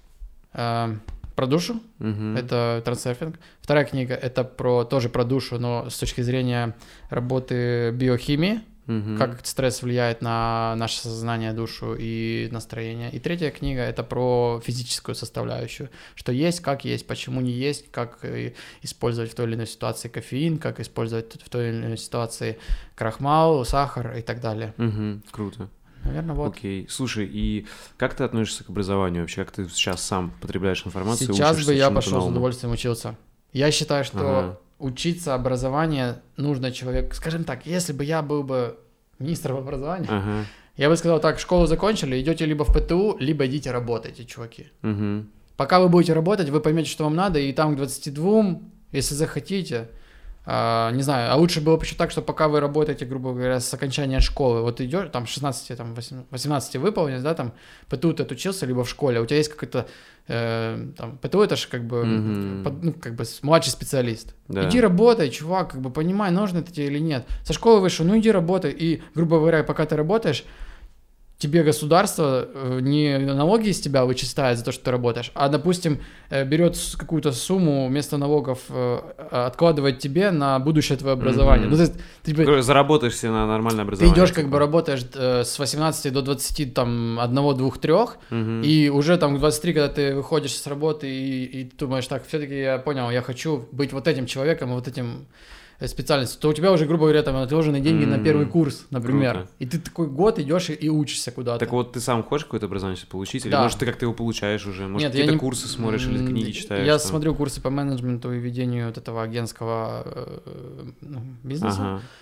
э, про душу, mm-hmm. это трансерфинг. Вторая книга это про, тоже про душу, но с точки зрения работы биохимии, mm-hmm. как стресс влияет на наше сознание, душу и настроение. И третья книга это про физическую составляющую, что есть, как есть, почему не есть, как использовать в той или иной ситуации кофеин, как использовать в той или иной ситуации крахмал, сахар и так далее. Угу, круто. Наверное, вот. Окей. Слушай, и как ты относишься к образованию вообще? Как ты сейчас сам потребляешь информацию? Сейчас бы я пошел с удовольствием учился. Я считаю, что ага. учиться образование нужно человеку. Скажем так, если бы я был бы министром образования, ага. я бы сказал так: школу закончили, идете либо в ПТУ, либо идите работайте, чуваки. Угу. Пока вы будете работать, вы поймете, что вам надо, и там к двадцати двум, если захотите, а, не знаю, а лучше было бы еще так, что пока вы работаете, грубо говоря, с окончания школы, вот идешь, там шестнадцати, там восемнадцати выполнить, да, там ПТУ ты отучился, либо в школе, у тебя есть какой-то, э, там, ПТУ это же как бы, mm-hmm. под, ну, как бы младший специалист. Да. Иди работай, чувак, как бы понимай, нужно это тебе или нет. Со школы вышел, ну иди работай, и, грубо говоря, пока ты работаешь, тебе государство не налоги из тебя вычисляет за то, что ты работаешь, а, допустим, берет какую-то сумму вместо налогов, откладывает тебе на будущее твое образование. Mm-hmm. Ну, то есть, ты, типа, заработаешь себе на нормальное образование. Ты идешь, как бы работаешь с восемнадцати до двадцати, там, одного, двух, трех, mm-hmm. и уже там к двадцати трём, когда ты выходишь с работы и, и думаешь, так, все-таки я понял, я хочу быть вот этим человеком и вот этим специальность, то у тебя уже, грубо говоря, там отложены деньги mm-hmm. на первый курс, например. Круто. И ты такой год идешь и, и учишься куда-то. Так вот, ты сам хочешь какое-то образование получить? Или, да. может, ты как-то его получаешь уже? Может, Нет, какие-то не... курсы смотришь или книги читаешь? Я там? смотрю курсы по менеджменту и ведению вот этого агентского э, ну, бизнеса. Ага.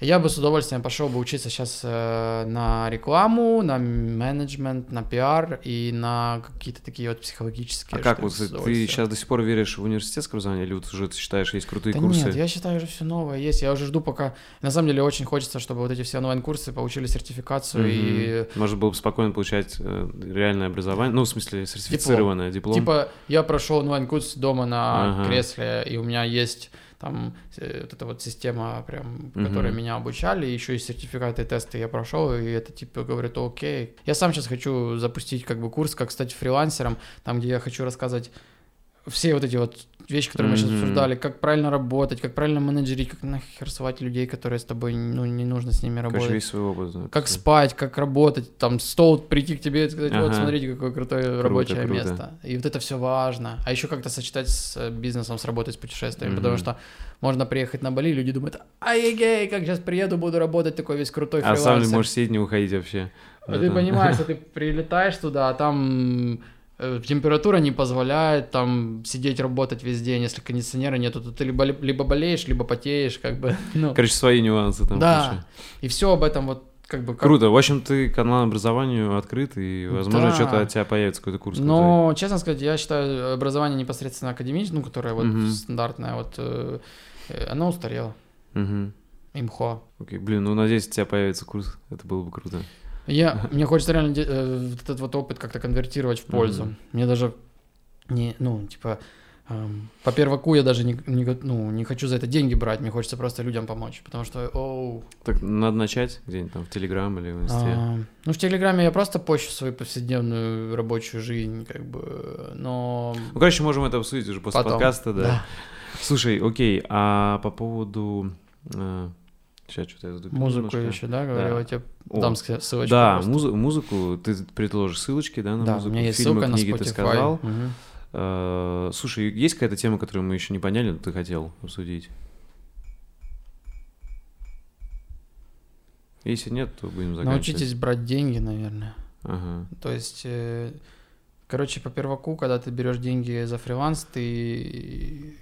Я бы с удовольствием пошел бы учиться сейчас э, на рекламу, на менеджмент, на пиар и на какие-то такие вот психологические. А как вот ты сейчас до сих пор веришь в университетское образование, или вот уже ты считаешь, есть крутые да курсы? Нет, я считаю, уже все новое есть. Я уже жду, пока... На самом деле очень хочется, чтобы вот эти все онлайн-курсы получили сертификацию mm-hmm. и... Можно было бы спокойно получать э, реальное образование, ну, в смысле, сертифицированное диплом. диплом. Типа я прошел онлайн-курс дома на ага. кресле, и у меня есть... Там вот эта вот система, прям, uh-huh. которой меня обучали, еще и сертификаты, и тесты я прошел, и это типа говорит, окей. Я сам сейчас хочу запустить как бы курс, как стать фрилансером, там, где я хочу рассказывать все вот эти вот вещи, которые mm-hmm. мы сейчас обсуждали, как правильно работать, как правильно менеджерить, как нахер свать людей, которые с тобой, ну, не нужно с ними работать. Короче, весь свой опыт. Да, как спать, как работать, там, стол прийти к тебе и сказать, ага. вот, смотрите, какое крутое круто, рабочее круто. место. И вот это все важно. А еще как-то сочетать с бизнесом, с работой, с путешествиями, mm-hmm. потому что можно приехать на Бали, и люди думают, ай-гей, как сейчас приеду, буду работать, такой весь крутой фрилансер. А сам не можешь сидеть, не уходить вообще. А ты понимаешь, что ты прилетаешь туда, а там... температура не позволяет там сидеть, работать весь день, если кондиционера нету, то ты либо, либо болеешь, либо потеешь, как бы. Ну. Короче, свои нюансы там. Да, слушай. И все об этом вот как бы... Как... Круто, в общем, ты к онлайн-образованию открыт, и, возможно, да. что-то от тебя появится, какой-то курс. Но, крутой. честно сказать, я считаю, образование непосредственно академическое, ну, которое вот uh-huh. стандартное, вот, э, оно устарело. Uh-huh. Имхо. Окей, okay. Блин, ну, надеюсь, у тебя появится курс, это было бы круто. Я, мне хочется реально э, вот этот вот опыт как-то конвертировать в пользу. Uh-huh. Мне даже не, ну, типа, эм, по перваку я даже не, не, ну, не хочу за это деньги брать, мне хочется просто людям помочь, потому что, оу... Так надо начать где-нибудь там в Телеграм или в Инсте? А, ну, в Телеграме я просто пощу свою повседневную рабочую жизнь, как бы, но... Ну, короче, можем это обсудить уже после Потом. подкаста, да. да. Слушай, окей, а по поводу... Сейчас что-то я задумал. Музыку немножко. еще, да, говорил, да. я тебе дам ссылочку. Да, музы- музыку, ты предложишь ссылочки, да, на да, музыку? у меня есть фильмы, ссылка книги на Spotify. ты сказал. Угу. Uh, слушай, есть какая-то тема, которую мы еще не поняли, но ты хотел обсудить? Если нет, то будем заканчивать. Научитесь брать деньги, наверное. Ага. То есть, э, короче, по перваку, когда ты берешь деньги за фриланс, ты...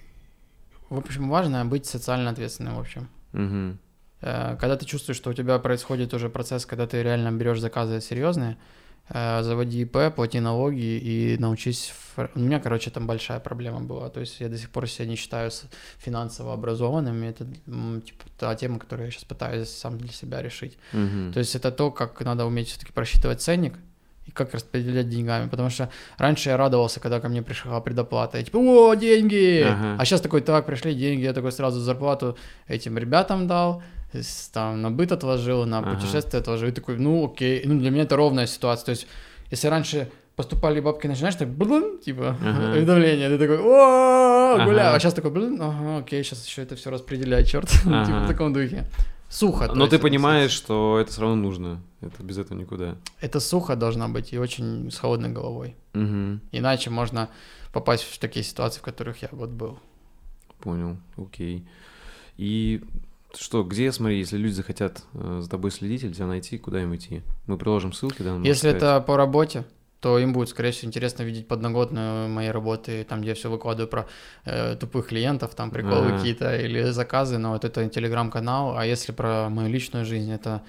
В общем, важно быть социально ответственным, в общем. Угу. Э, когда ты чувствуешь, что у тебя происходит уже процесс, когда ты реально берешь заказы серьезные, заводи ИП, плати налоги и научись... Фр... У меня, короче, там большая проблема была. То есть я до сих пор себя не считаю финансово образованным. И это типа та тема, которую я сейчас пытаюсь сам для себя решить. Uh-huh. То есть это то, как надо уметь все-таки просчитывать ценник и как распределять деньгами. Потому что раньше я радовался, когда ко мне пришла предоплата. Я типа, о, деньги! Uh-huh. А сейчас такой, так, пришли деньги. Я такой сразу зарплату этим ребятам дал. Там на быт отложил, на ага. путешествие отложил, и такой, ну окей, ну для меня это ровная ситуация, то есть если раньше поступали бабки, начинаешь так, блин, типа, ага. уведомление, ты такой, о, гуляю, а сейчас такой, блин, ага, окей, сейчас еще это все распределяй, черт, ага. типа в таком духе. Сухо. Но ты понимаешь, что это все равно нужно, это без этого никуда. Это сухо должно быть и очень с холодной головой, угу. иначе можно попасть в такие ситуации, в которых я вот был. Понял, окей. И... Что, где, смотри, если люди захотят э, за тобой следить или тебя найти, куда им идти? Мы приложим ссылки, да? Если это по работе, то им будет, скорее всего, интересно видеть подноготную моей работы, там, где я все выкладываю про э, тупых клиентов, там, приколы А-а-а. какие-то или заказы, но вот это телеграм-канал, а если про мою личную жизнь, это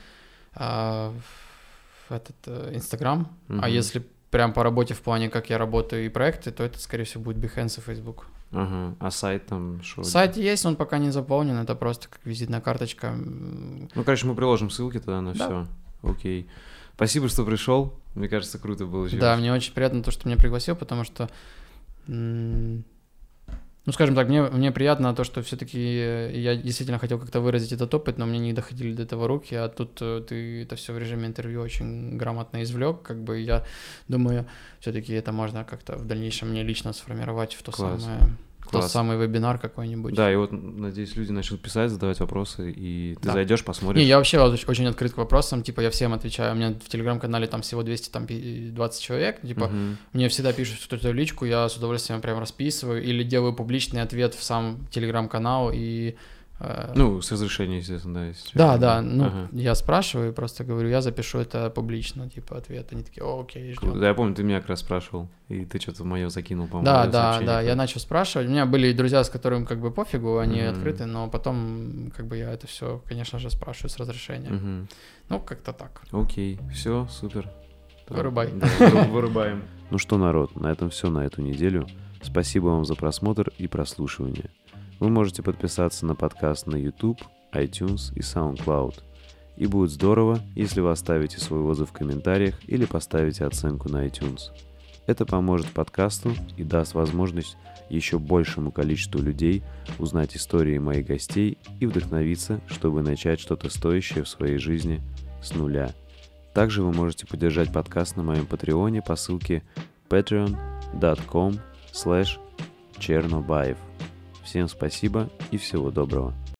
э, этот э, Инстаграм, угу. а если прям по работе в плане, как я работаю и проекты, то это, скорее всего, будет Behance и Facebook. Ага, а сайт там что? Сайт есть, он пока не заполнен, это просто как визитная карточка. Ну, короче, мы приложим ссылки тогда на да. все. Окей. Спасибо, что пришел. Мне кажется, круто было. Да, мне очень приятно то, что меня пригласил, потому что, ну, скажем так, мне, мне приятно то, что все-таки я действительно хотел как-то выразить этот опыт, но мне не доходили до этого руки, а тут ты это все в режиме интервью очень грамотно извлек, как бы я думаю, все-таки это можно как-то в дальнейшем мне лично сформировать в то Класс. самое... Класс. Тот самый вебинар какой-нибудь. Да, и вот, надеюсь, люди начнут писать, задавать вопросы, и ты да. зайдешь, посмотришь. Не, я вообще очень открыт к вопросам, типа, я всем отвечаю. У меня в Телеграм-канале там всего двести двадцать человек, типа, uh-huh. мне всегда пишут что-то в личку, я с удовольствием прям расписываю или делаю публичный ответ в сам Телеграм-канал, и Ну, с разрешения, естественно, да. Если да, да, ну, ага. я спрашиваю, просто говорю, я запишу это публично, типа, ответ. Они такие, о, окей, ждем. Да, я помню, ты меня как раз спрашивал, и ты что-то мое закинул, по-моему. Да, да, да, я начал спрашивать. У меня были друзья, с которыми как бы пофигу, они mm-hmm. открыты, но потом как бы я это все, конечно же, спрашиваю с разрешения. Mm-hmm. Ну, как-то так. Окей, okay. все, супер. Вырубай. Да, вырубаем. Ну что, народ, на этом все на эту неделю. Спасибо вам за просмотр и прослушивание. Вы можете подписаться на подкаст на YouTube, iTunes и SoundCloud. И будет здорово, если вы оставите свой отзыв в комментариях или поставите оценку на iTunes. Это поможет подкасту и даст возможность еще большему количеству людей узнать истории моих гостей и вдохновиться, чтобы начать что-то стоящее в своей жизни с нуля. Также вы можете поддержать подкаст на моем патреоне по ссылке patreon dot com slash chernobаев. Всем спасибо и всего доброго.